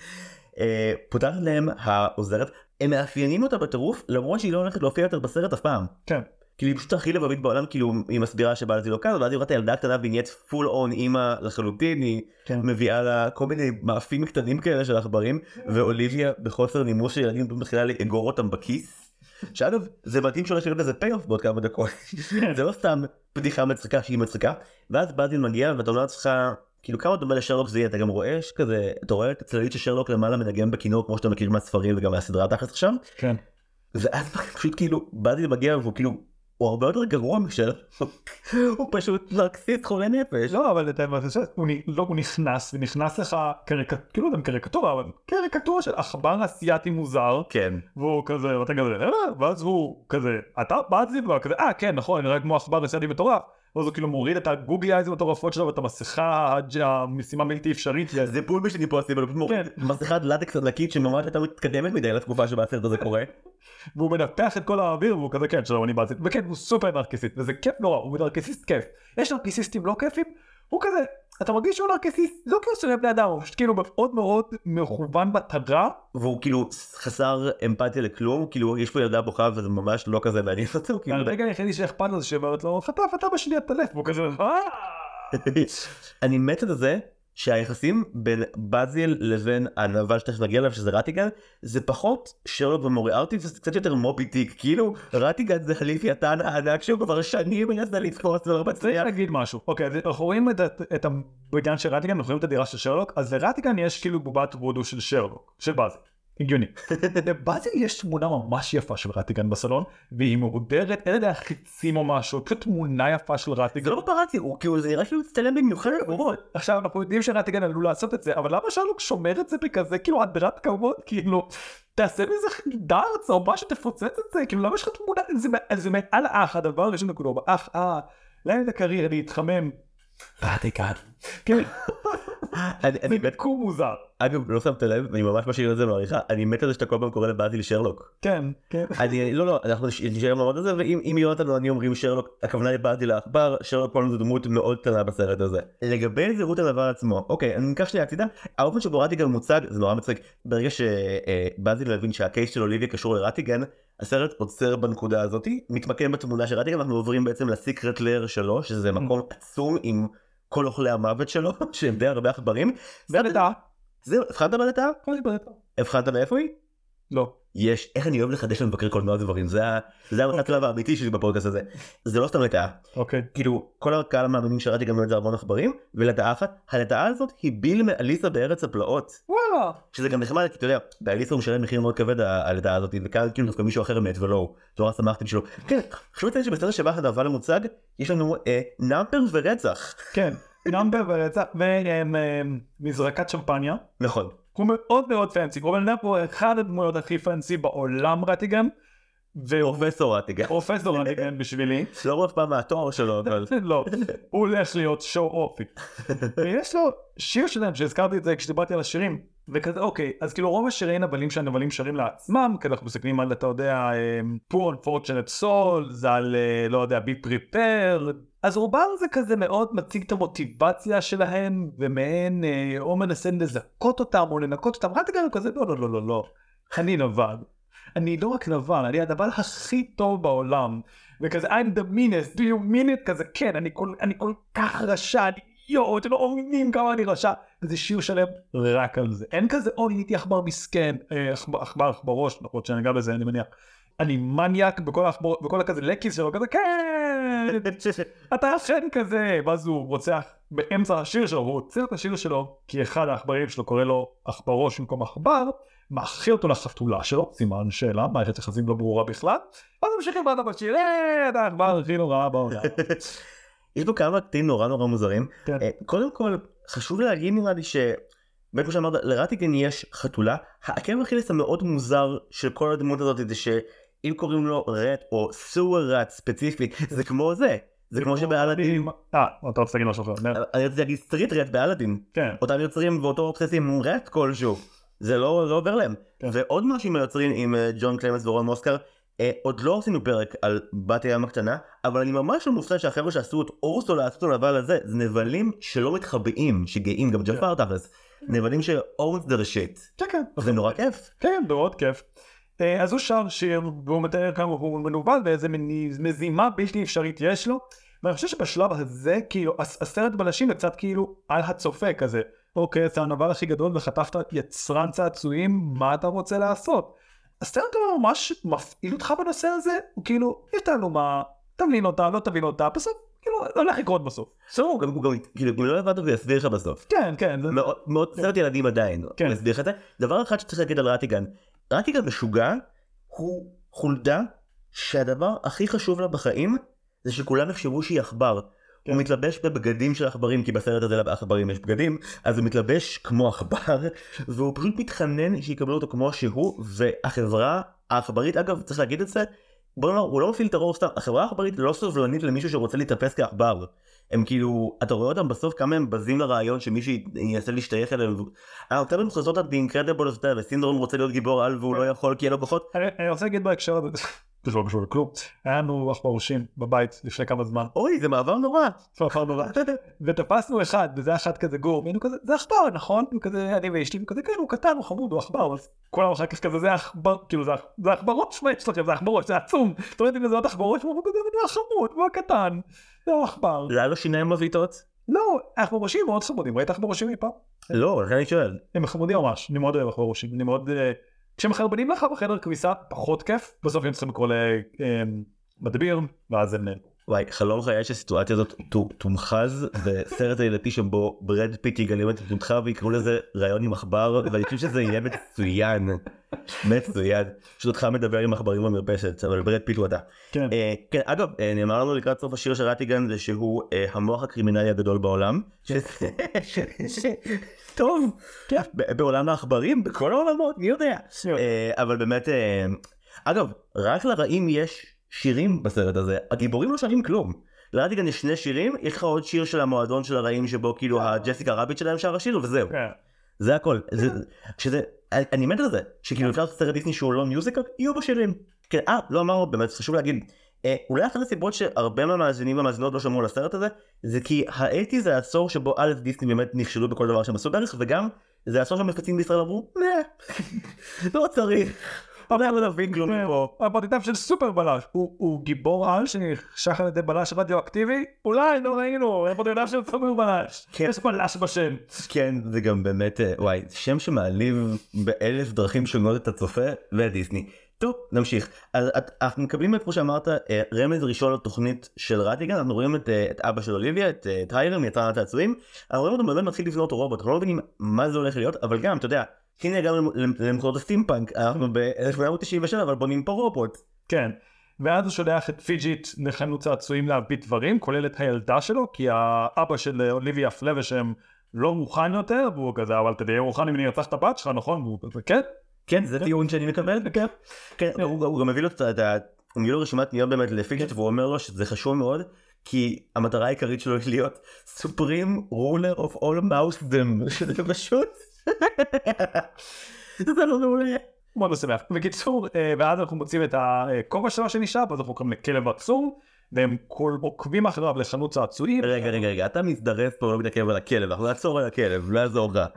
פותחת להם העוזרת, הם מאפיינים אותה בטירוף למרות שהיא לא הולכת להופיע יותר בסרט אף פעם. כן. כאילו היא פשוט הכי לבבית בעולם, כאילו היא מסבירה שבאזיל לא כאן, ואז היא רואה את הילדה הקטנה והיא נהיית פול און אימא לחלוטין, היא מביאה לה כל מיני מאפים קטנים כאלה של עכברים, ואוליביה בחוסר נימוס של ילדים מתחילה לאגור אותם בכיס, שאגב זה מתאים שהולך להיות לזה פי אוף בעוד כמה דקות, זה לא סתם פתיחה מצחיקה שהיא מצחיקה, ואז באזיל מגיע ואתה אומר לעצמך, כאילו כמה דומה לשרלוק זה יהיה, אתה גם רואה כזה, אתה רואה את הצללית ששרלוק למעלה מנגן בכינור כמו שאתה מכיר מהספרים וגם מהסדרה תחת עכשיו, כן. ואז פשוט כאילו באזיל מגיע והוא כאילו הוא הרבה יותר גרוע משל, הוא פשוט נרקסיסט חולה נפש. לא, אבל אתה הוא נכנס ונכנס לך כאילו גם קריקטורה, אבל קריקטורה של עכבר אסיאתי מוזר. כן. והוא כזה, ואתה כזה, ואז הוא כזה, אתה באזיל, וכזה, אה כן נכון, אני רואה כמו עכבר אסיאתי מטורף. ואז הוא כאילו מוריד את הגוגלי אייז המטורפות שלו ואת המסכה המשימה בלתי אפשרית. זה פול בשני פה עושים, אבל הוא מוריד מסכת לטקס ענקית שממש הייתה מתקדמת מדי לתקופה שבה הסרט הזה קורה. והוא מנפח את כל האוויר והוא כזה כן שלום אני באזיל, וכן הוא סופר נרקסיסט וזה כיף נורא, הוא נרקסיסט כיף. יש נרקסיסטים לא כיפים, הוא כזה, אתה מרגיש שהוא נרקסיסט, לא כאילו שונא בני אדם, הוא פשוט כאילו מאוד מאוד מכוון בתדרה. והוא כאילו חסר אמפתיה לכלום, כאילו יש פה ילדה בוכה וזה ממש לא כזה מעניין אותו. הרגע היחידי שאכפת לו זה שאומרת לו, חטף אתה בשני הטלף, והוא כזה, אני מת את זה שהיחסים בין באזיל לבין הנבל שתכף נגיע אליו שזה רטיגן, זה פחות שרלוק ומוריארטי וזה קצת יותר מובי דיק, כאילו רטיגן זה הלווייתן הענק שהוא כבר שנים מנסה לתפוס ולא מצליח. צריך להגיד משהו, אוקיי, אז אנחנו רואים את, את הבניין של רטיגן, אנחנו רואים את הדירה של שרלוק, אז לרטיגן יש כאילו בובת וודו של שרלוק, של באזיל. הגיוני. לבאזיל יש תמונה ממש יפה של רטיגן בסלון, והיא מעודרת, אין לדעת חיצים או משהו, פשוט תמונה יפה של רטיגן. זה לא פרצי, הוא כאילו, זה נראה שהוא מצטלם במיוחד עבורות. עכשיו, אנחנו יודעים שרטיגן עלול לעשות את זה, אבל למה שרלוק שומר את זה בכזה, כאילו, הדרת כבוד, כאילו, תעשה מזה דארץ, או משהו, תפוצץ את זה, כאילו, למה יש לך תמונה, זה מעל האח, הדבר הראשון נקודו, באח, אה, להם זה קריר, אני אתחמם. רטיגן. כן. אני בקום מוזר. אגב, לא שמת לב, אני ממש משאיר את זה מעריכה, אני מת על זה שאתה כל פעם קורא לבאזיל שרלוק. כן, כן. אני, לא, לא, אנחנו נשאר למרות את זה, ואם יהיו אותנו, אני אומרים שרלוק, הכוונה לבאזיל העכבר, שרלוק פה זו דמות מאוד קטנה בסרט הזה. לגבי זהות הדבר עצמו, אוקיי, אני ניקח שלי הצידה, האופן שבו רטיגן מוצג, זה נורא מצחיק, ברגע שבאזיל מבין שהקייס של אוליביה קשור לרטיגן, הסרט עוצר בנקודה הזאת, מתמקם בתמונה של רטיגן, אנחנו עוברים בעצם לסיקרט לייר שלו, שזה מקום עצום עם כל אוכלי המוות שלו, שהם די הרבה עכברים. בלטה. זהו, הבחנת בלטה? בלטה. הבחנת מאיפה היא? לא. יש, איך אני אוהב לחדש למבקר קולנוע דברים, זה המחקר האמיתי שלי בפודקאסט הזה. זה לא סתם לטאה. אוקיי. כאילו, כל הקהל המאמינים שראיתי גם את זה המון עכברים, ולטאה אחת, הלטאה הזאת היא ביל מאליסה בארץ הפלאות. וואלה. שזה גם נחמד, כי אתה יודע, באליסה הוא משלם מחיר מאוד כבד הלטאה הזאת, וכאן כאילו דווקא מישהו אחר מת ולא, תורה שמחתי בשבילו. כן, חשוב לציין שבסרט שבה הנבל המוצג, יש לנו נאמבר ורצח. כן. נאמבר ורצח ומזרקת שמפניה. נכון. הוא מאוד מאוד פנסי, הוא בן פה אחד הדמויות הכי פנסי בעולם רטיגן. פרופסור רטיגן. פרופסור רטיגן בשבילי. לא רואה פעם מהתואר שלו, אבל... לא, הוא הולך להיות שואו אופי. ויש לו שיר שלהם שהזכרתי את זה כשדיברתי על השירים. וכזה אוקיי, אז כאילו רוב השירים הבלים שהנבלים שרים לעצמם, כי אנחנו מסתכלים על, אתה יודע, Poor Unfortunate Soul, זה על, לא יודע, Be Prepared, אז רובם זה כזה מאוד מציג את המוטיבציה שלהם, ומהן או מנסה לזכות אותם או לנקות אותם, רק תגענו כזה, לא, לא, לא, לא, לא, אני נבל. אני לא רק נבל, אני הנבל הכי טוב בעולם, וכזה, I'm the meanest, do you mean it? כזה, כן, אני כל, אני כל כך רשע, אני יואו, אתם לא מבינים כמה אני רשע. וזה שיר שלם רק על זה. אין כזה, אוי, הייתי עכבר מסכן, עכבר, עכברוש, נכון שאני אגע בזה, אני מניח. אני מניאק בכל העכבר, בכל הכזה לקיס שלו, כזה, כן, אתה אכן כזה. ואז הוא רוצח באמצע השיר שלו, הוא עוצר את השיר שלו, כי אחד העכברים שלו קורא לו עכברוש במקום עכבר, מאחי אותו לחתולה שלו, סימן שאלה, מערכת יחסים לא ברורה בכלל, אז ממשיכים בעד בשיר, אה, אתה העכבר הכי נורא בעולם. יש פה כמה קטעים נורא נורא מוזרים. קודם כל, חשוב להגיד נראה לי ש... באמת כמו שאמרת, לרטיגן יש חתולה. העקב אכילס המאוד מוזר של כל הדמות הזאת זה שאם קוראים לו רט או סוור רט ספציפי, זה כמו זה. זה כמו שבאלאדין... אה, אתה רוצה להגיד משהו אחר. אני רוצה להגיד סטריט רט באלאדין. כן. אותם יוצרים ואותו אובססים רט כלשהו. זה לא עובר להם. ועוד משהו עם היוצרים עם ג'ון קלמנס ורון מוסקר, עוד לא עשינו פרק על בת הים הקטנה, אבל אני ממש לא מופתע שהחבר'ה שעשו את אורסולה, עשו את הנבל הזה, זה נבלים שלא מתחבאים, שגאים, גם ג'פר תכלס, נבלים ש-owns their shit. כן, כן. זה נורא כיף. כן, מאוד כיף. אז הוא שר שיר, והוא מתאר כמה הוא מנובל, ואיזה מזימה בלתי אפשרית יש לו, ואני חושב שבשלב הזה, כאילו, הסרט בלשים קצת כאילו על הצופה כזה, אוקיי, זה הנבל הכי גדול, וחטפת יצרן צעצועים, מה אתה רוצה לעשות? הסרט גם ממש מפעיל אותך בנושא הזה, הוא כאילו, יש לנו מה, תבין אותה, לא תבין אותה, בסוף, כאילו, הולך לקרות בסוף. סוף, הוא גם, כאילו, אם לא הבנת, הוא יסביר לך בסוף. כן, כן. מאוד סרט ילדים עדיין, הוא יסביר לך את זה. דבר אחד שצריך להגיד על רטיגן, רטיגן משוגע, הוא חולדה שהדבר הכי חשוב לה בחיים זה שכולם יחשבו שהיא עכבר. הוא מתלבש בבגדים של עכברים, כי בסרט הזה לעכברים יש בגדים, אז הוא מתלבש כמו עכבר, והוא פשוט מתחנן שיקבלו אותו כמו שהוא, והחברה העכברית, אגב, צריך להגיד את זה, בוא נאמר, הוא לא מפעיל טרור סתם, החברה העכברית לא סובלנית למישהו שרוצה להתאפס כעכבר. הם כאילו, אתה רואה אותם בסוף כמה הם בזים לרעיון שמישהו ינסה להשתייך אליהם. אני רוצה במחוזות את The Incredibles, וסינדרום רוצה להיות גיבור על והוא לא יכול כי אין לו כוחות. אני רוצה להגיד בהקשר הזה, זה לא קשור לכלום, היה לנו עכברושים בבית לפני כמה זמן. אוי, זה מעבר נורא. זה מעבר נורא. ותפסנו אחד, וזה אחד כזה גור, והיינו כזה, זה עכבר, נכון? וכזה, אני ואשתי, וכזה, כן, הוא קטן, הוא חמוד, הוא עכבר, אז כולם אחר כך כזה, זה עכבר, כאילו, זה עכברוש, מה יש לכם, זה עכברוש, זה עצום. זאת אומרת, אם זה עוד עכברוש, הוא כזה, זה חמוד, הוא הקטן, זה עכבר. זה היה לו שיניים מבעיטות? לא, עכברושים מאוד חמודים, ראית עכברושים מפה? לא, אני שואל. הם חמודים ממש, אני מאוד אוהב עכברושים, אני מאוד... כשהם מחרבנים לך בחדר כביסה, פחות כיף, בסוף הם צריכים לקרוא למדביר, ואז הם... וואי, חלום חיי שהסיטואציה הזאת תומחז בסרט הילדתי שבו ברד פיט יגלם את דמותך ויקראו לזה רעיון עם עכבר, ואני חושב שזה יהיה מצוין, מצוין. שאותך מדבר עם עכברים במרפסת, אבל ברד פיט הוא אתה. כן. כן, אגב, נאמר לנו לקראת סוף השיר של רטיגן זה שהוא המוח הקרימינלי הגדול בעולם. טוב, בעולם העכברים, בכל העולמות, מי יודע. אבל באמת, אגב, רק לרעים יש שירים בסרט הזה, הגיבורים לא שרים כלום. לרטיגן יש שני שירים, יש לך עוד שיר של המועדון של הרעים שבו כאילו הג'סיקה רביט שלהם שר השיר וזהו. זה הכל. אני מת על זה, שכאילו אפשר סרט דיסני שהוא לא מיוזיקל, יהיו בו שירים. אה, לא אמרנו, באמת חשוב להגיד, אולי אחת הסיבות שהרבה מהמאזינים והמאזינות לא שמעו לסרט הזה, זה כי ה-שמונים זה העשור שבו א' דיסני באמת נכשלו בכל דבר שהם עשו בערך, וגם זה העשור שהמפצים בישראל אמרו, לא צריך. אבל היה לא נבין כלום פה. הפרטיטב של סופר בלש, הוא גיבור על שנשך על ידי בלש רדיואקטיבי? אולי, לא ראינו, הפרטיטב של סופר בלש. יש בלש בשם. כן, זה גם באמת, וואי, שם שמעליב באלף דרכים שונות את הצופה ודיסני. טוב, נמשיך. אז אנחנו מקבלים את, כמו שאמרת, רמז ראשון לתוכנית של רטיגן, אנחנו רואים את אבא של אוליביה, את טיירם, יצרן הצעצועים, אנחנו רואים אותו באמת מתחיל לבנות רובוט, אנחנו לא מבינים מה זה הולך להיות, אבל גם, אתה יודע, הנה הגענו למקורות הסטימפאנק, אנחנו ב-אלף שמונה מאות תשעים ושבע, אבל בונים פה רובוט. כן, ואז הוא שולח את פיג'יט לחנות צעצועים להביא דברים, כולל את הילדה שלו, כי האבא של אוליביה פלוושם לא מוכן יותר, והוא כזה, אבל תדעי, הוא מוכן אם אני ארצח את הבת שלך, נכון? והוא כזה, כן? כן, זה טיעון שאני מקבל. כן. כן, הוא גם מביא לו את ה... הוא מביא לו רשימת פניות באמת לפיג'יט, והוא אומר לו שזה חשוב מאוד, כי המטרה העיקרית שלו היא להיות Supreme Ruler of All Mousdom, שזה פשוט... זה לא מעולה. מאוד משמח. בקיצור, ואז אנחנו מוצאים את הכובע שלו שנשאר, ואז אנחנו קוראים לכלב עצום, והם עוקבים אחריו לחנות צעצועים. רגע, רגע, רגע, אתה מזדרף פה, לא מתעכב על הכלב, אנחנו נעצור על הכלב, לא יעזור לך.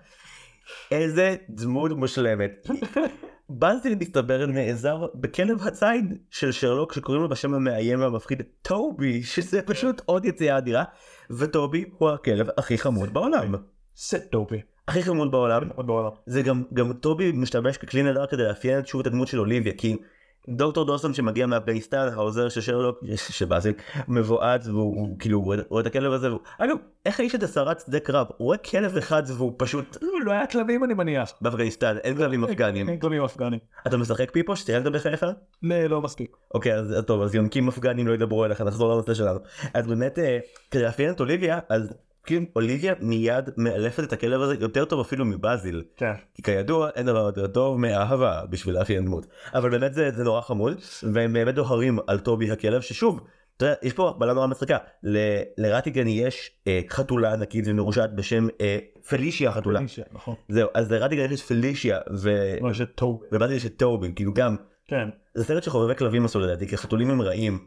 איזה דמות מושלמת. באזיל מסתבר נעזר בכלב הציד של שרלוק שקוראים לו בשם המאיים והמפחיד טובי, שזה פשוט עוד יציאה אדירה, וטובי הוא הכלב הכי חמוד בעולם. זה טובי. הכי חמוד בעולם. בעולם. זה גם, גם טובי משתמש ככלי נהדר כדי לאפיין שוב את הדמות של אוליביה, כי דוקטור דוסון שמגיע מאפגניסטן, העוזר של שרלוק, שבאזיל מבועט, והוא כאילו רואה את הכלב הזה, אגב, איך האיש הזה שרד שדה קרב? הוא רואה כלב אחד והוא פשוט... לא היה כלבים אני מניח. באפגניסטן, אין כלבים אפגנים. אין כלבים אפגנים. אתה משחק פיפו שתיילת בחייך? לא, לא מספיק. אוקיי, אז טוב, אז יונקים אפגנים לא ידברו אליך, נחזור לנושא שלנו. אז באמת, כדי לאפיין את אוליביה, אז כאילו אוליביה מיד מאלפת את הכלב הזה יותר טוב אפילו מבאזיל. כן. כי כידוע אין דבר יותר טוב מאהבה בשביל לאפיין דמות. אבל באמת זה, זה נורא חמוד, והם באמת דוהרים על טובי הכלב, ששוב, אתה יודע, יש פה הקבלה נורא מצחיקה. ל- לרטיגן יש אה, חתולה ענקית ומרושעת בשם אה, פלישיה חתולה. פלישיה, נכון. זהו, אז לרטיגן יש פלישיה, ו... יש את טובי. ובאזיל יש את טובי, כאילו גם. כן. זה סרט שחובבי כלבים עשו לדעתי, כי חתולים הם רעים.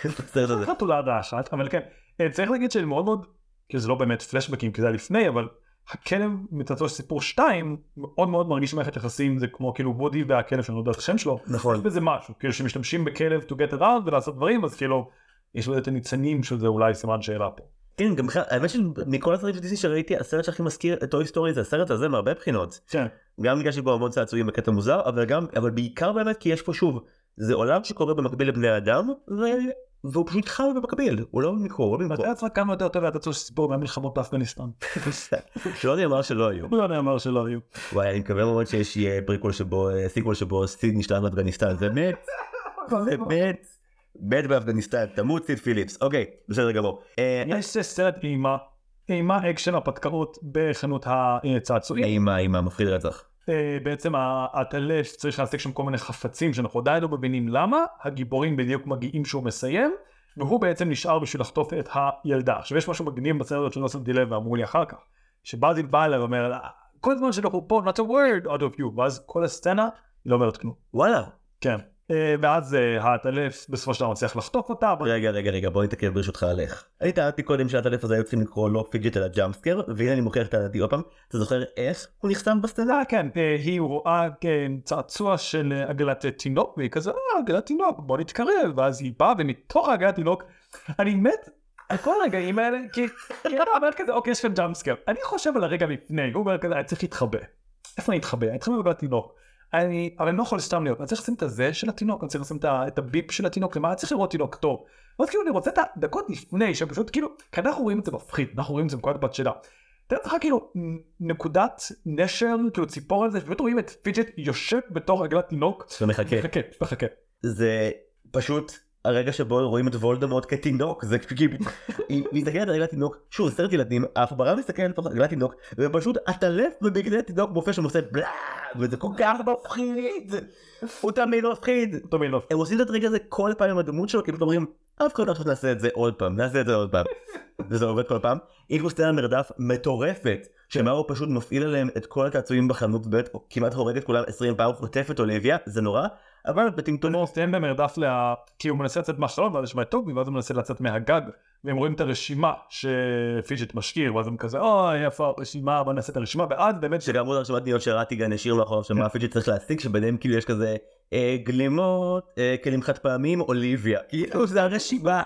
חתולה רעשת, אבל כן. צריך להגיד שאני מאוד מאוד, כי זה לא באמת פלשבקים, כי זה היה לפני, אבל הכלב מצאתו של סיפור שתיים, מאוד מאוד מרגיש מערכת יחסים, זה כמו כאילו וודי והכלב שאני לא יודע את השם שלו. נכון. יש בזה משהו, כאילו שמשתמשים בכלב to get around ולעשות דברים, אז כאילו, יש לו את הניצנים של זה אולי סימן שאלה פה. כן, גם בכלל, האמת שמכל הסרטים של דיסני שראיתי, הסרט שהכי מזכיר את טוי סטורי זה הסרט הזה מהרבה בחינות. כן. גם בגלל שבו המון צעצועים בקטע מוזר, אבל גם, אבל בעיקר באמת כי יש פה שוב, זה עולם שקורה במקביל לבני אדם, ו... והוא פשוט חי במקביל, הוא לא מקור, הוא לא מקור. אתה יצרה כמה יותר טוב ואתה צריך סיפור מהמלחמות באפגניסטן. שלא נאמר שלא היו. לא נאמר שלא היו. וואי, אני מקווה מאוד שיש פריקול שבו, סיקוול שבו סין נשלט באפגניסטן, זה מת. באמת, בית באפגניסטן, תמות סיד פיליפס, אוקיי, בסדר גמור. יש סרט אימה, אימה אקשן הפתקאות בחנות הצעצועים. אימה, אימה, מפחיד רצח. בעצם הטלף צריך להשיג שם כל מיני חפצים שאנחנו עדיין לא מבינים למה, הגיבורים בדיוק מגיעים שהוא מסיים, והוא בעצם נשאר בשביל לחטוף את הילדה. עכשיו יש משהו מגניב בסרט שלא שמתי לב ואמרו לי אחר כך, שבאזיל בא אליי ואומר, כל הזמן שאנחנו פה, not a word out of you, ואז כל הסצנה היא לא אומרת כלום. וואלה. כן. ואז הטלף בסופו של דבר מצליח לחטוף אותה. רגע, רגע, רגע, בוא נתעכב ברשותך עליך. אני טענתי קודם שהטלף הזה היו צריכים לקרוא לו פיג'ט אלא ג'אמפסקר, והנה אני מוכיח טענתי עוד פעם. אתה זוכר איך הוא נחסם בסצנה? כן, היא רואה צעצוע של עגלת תינוק, והיא כזה, אה, עגלת תינוק, בוא נתקרב, ואז היא באה, ומתוך עגלת תינוק, אני מת על כל הרגעים האלה, כי היא אומר כזה, אוקיי, יש כאן ג'אמפסקר. אני חושב על הרגע לפני, הוא אומר כזה, אני צריך להתחבא. איפה אני אתחבא? אני אתחבא בעגלת תינוק. אני, אבל אני לא יכול סתם להיות, אני צריך לשים את הזה של התינוק, אני צריך לשים את הביפ של התינוק, למה אני צריך לראות תינוק טוב. אז כאילו אני רוצה את הדקות לפני, שפשוט כאילו, כי אנחנו רואים את זה מפחיד, אנחנו רואים את זה בכל הבת שלה. תראה לך כאילו נקודת נשר, כאילו ציפור על זה, ובאמת רואים את פיג'ט יושב בתוך עגלת תינוק. ומחכה. מחכה, מחכה. זה פשוט הרגע שבו רואים את וולדמורט כתינוק, זה כאילו, היא מסתכלת על עגלת תינוק, שוב, סרט ילדים, העכברה מסתכלת לתוך עגלת תינוק, ופשוט הטלף בבגדי תינוק מופיע שם עושה בלה, וזה כל כך מפחיד, הוא תמיד מפחיד. הם עושים את הרגע הזה כל פעם עם הדמות שלו, כאילו אומרים, אף אחד לא עכשיו נעשה את זה עוד פעם, נעשה את זה עוד פעם, וזה עובד כל פעם. יש פה סצנה מרדף מטורפת, שמה הוא פשוט מפעיל עליהם את כל התעצועים בחנות בית, או כמעט הורג את כולם עשרים פעם, חוטף את אוליביה, זה נורא, אבל בטינגטון... הוא סטיין במרדף לה... כי הוא מנסה לצאת מהחלון, ואז יש מה טוב, ואז הוא מנסה לצאת מהגג, והם רואים את הרשימה שפיג'ט משאיר, ואז הם כזה, אוי, איפה הרשימה, בוא נעשה את הרשימה, ואז באמת... שגם עוד הרשימת ניות שרטיגן השאיר מאחוריו, שמה פיג'ט צריך להשיג, שביניהם כאילו יש כזה גלימות, כלים חד פעמים, אוליביה, כאילו זה הרשימה.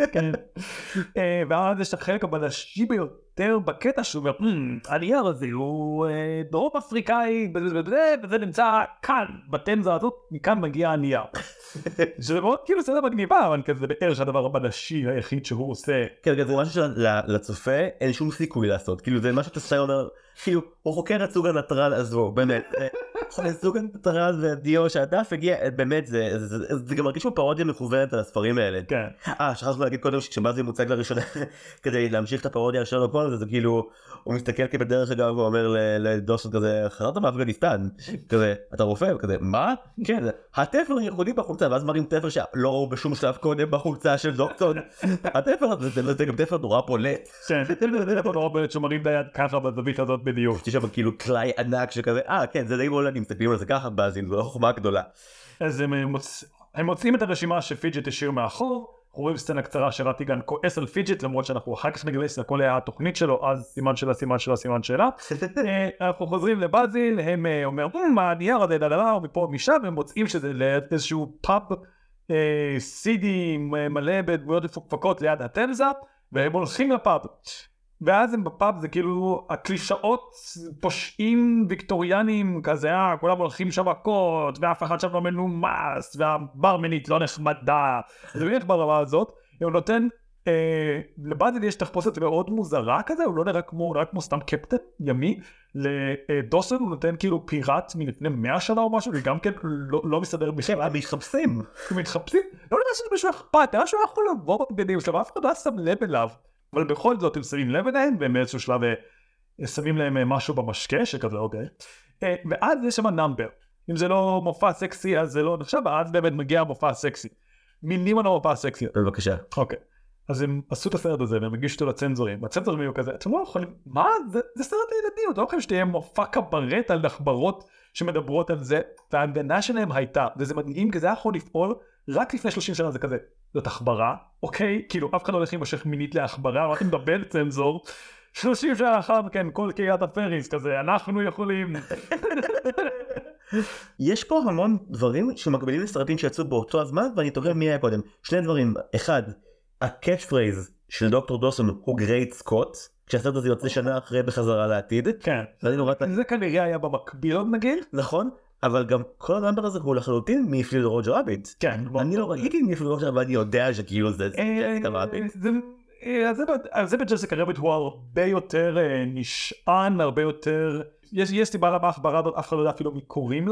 ואז יש החלק הבלשי ביותר בקטע שהוא אומר, הנייר הזה הוא דרום אפריקאי, וזה נמצא כאן, בתנזה הזאת, מכאן מגיע הנייר. שזה מאוד כאילו סדר מגניבה, אבל כזה בערך הדבר הבלשי היחיד שהוא עושה. כן, זה משהו שלצופה אין שום סיכוי לעשות, כאילו זה משהו שאתה אומר, כאילו, הוא חוקר את סוג הנטרל הזו, באמת. סוג הנטרל והדיו שהדף הגיע, באמת, זה גם מרגיש כמו פרודיה מכוונת על הספרים האלה. כן. אה, שכחנו להגיד קודם שכשבאזי מוצג לראשונה, כדי להמשיך את הפרודיה הראשונה לכל הזה, זה כאילו, הוא מסתכל כבדרך אגב, הוא אומר לדוסון כזה, חזרת מאפגניסטן, כזה, אתה רופא? כזה, מה? כן, התפר הייחודי בחולצה, ואז מראים תפר שלא ראו בשום שלב קודם בחולצה של דוקטון. התפר הזה, זה גם תפר נורא פולט. כן, זה תפר נורא פולט שמראים את היד ככה בזווית הזאת בדיוק. יש שם כאילו קלאי ענק שכזה, אה כן, זה די מולדים, מסתכלים על זה ככה באזין, זו לא חוכמה גדולה. אז הם, מוצ... הם מוצאים את הרשימה שפיג'ט השאיר מאחור, אנחנו רואים סצנה קצרה שרטיגן כועס על פיג'ט, למרות שאנחנו אחר כך נגלה שהכל היה התוכנית שלו, אז סימן שלה, סימן שלה, סימן שלה. אנחנו חוזרים לבאזיל, הם אומרים, מה הנייר הזה, דללה, מפה משם, הם מוצאים שזה לאיזשהו פאב סידי מלא בדמויות מפוקפקות ליד התנזה, והם הולכים לפאב. ואז הם בפאב זה כאילו הקלישאות פושעים ויקטוריאנים כזה, אה, כולם הולכים שם מכות ואף אחד שם לא מנומס והברמנית לא נחמדה. זה באמת ברמה הזאת, הוא נותן, אה, לבאזיל יש תחפושת מאוד מוזרה כזה, הוא לא נראה כמו, נראה כמו סתם קפטן ימי. לדוסון הוא נותן כאילו פיראט מלפני מאה שנה או משהו, וגם כן לא, לא מסתדר בכלל. הם מתחפשים. הם מתחפשים? לא נראה שזה משהו אכפת, נראה שהוא יכול לבוא בבגדים שלו, אף אחד לא שם לב אליו. אבל בכל זאת הם שמים לב אליהם, והם באיזשהו שלב שמים להם משהו במשקה, שכזה אוקיי. ואז יש שם נאמבר. אם זה לא מופע סקסי, אז זה לא נחשב, ואז באמת מגיע מופע סקסי. מילים על המופע הסקסי. בבקשה. אוקיי. אז הם עשו את הסרט הזה, והם הגישו אותו לצנזורים. הצנזורים היו כזה, אתם לא יכולים, מה? זה, זה סרט לילדים, אתם לא יכולים שתהיה מופע קברט על נחברות שמדברות על זה, וההגנה שלהם הייתה, וזה מדהים, כי זה יכול לפעול רק לפני שלושים שנה, זה כזה, זאת החברה, אוקיי? כאילו, אף אחד לא הולך להימשך מינית להחברה, רק אם מדבר צנזור, שלושים שנה אחר כן, כל קריאת הפריס כזה, אנחנו יכולים. יש פה המון דברים שמקבילים לסרטים שיצאו באותו הזמן, ואני תוהה מי היה קודם. שני דברים, אחד, הקאץ' פרייז של דוקטור דוסון הוא גרייט סקוט, כשהסרט הזה יוצא שנה אחרי בחזרה לעתיד. כן. זה כנראה היה במקביל עוד נגיד. נכון. אבל גם כל הנאמבר הזה הוא לחלוטין מיפליד רוג'ר רביט. כן. אני לא ראיתי מיפליד רוג'ר, אבל אני יודע שכאילו זה ג'סיקה רביט. אז זה בג'סיקה רביט הוא הרבה יותר נשען, הרבה יותר... יש סיבה למה החברה הזאת, אף אחד לא יודע אפילו מי קוראים לה,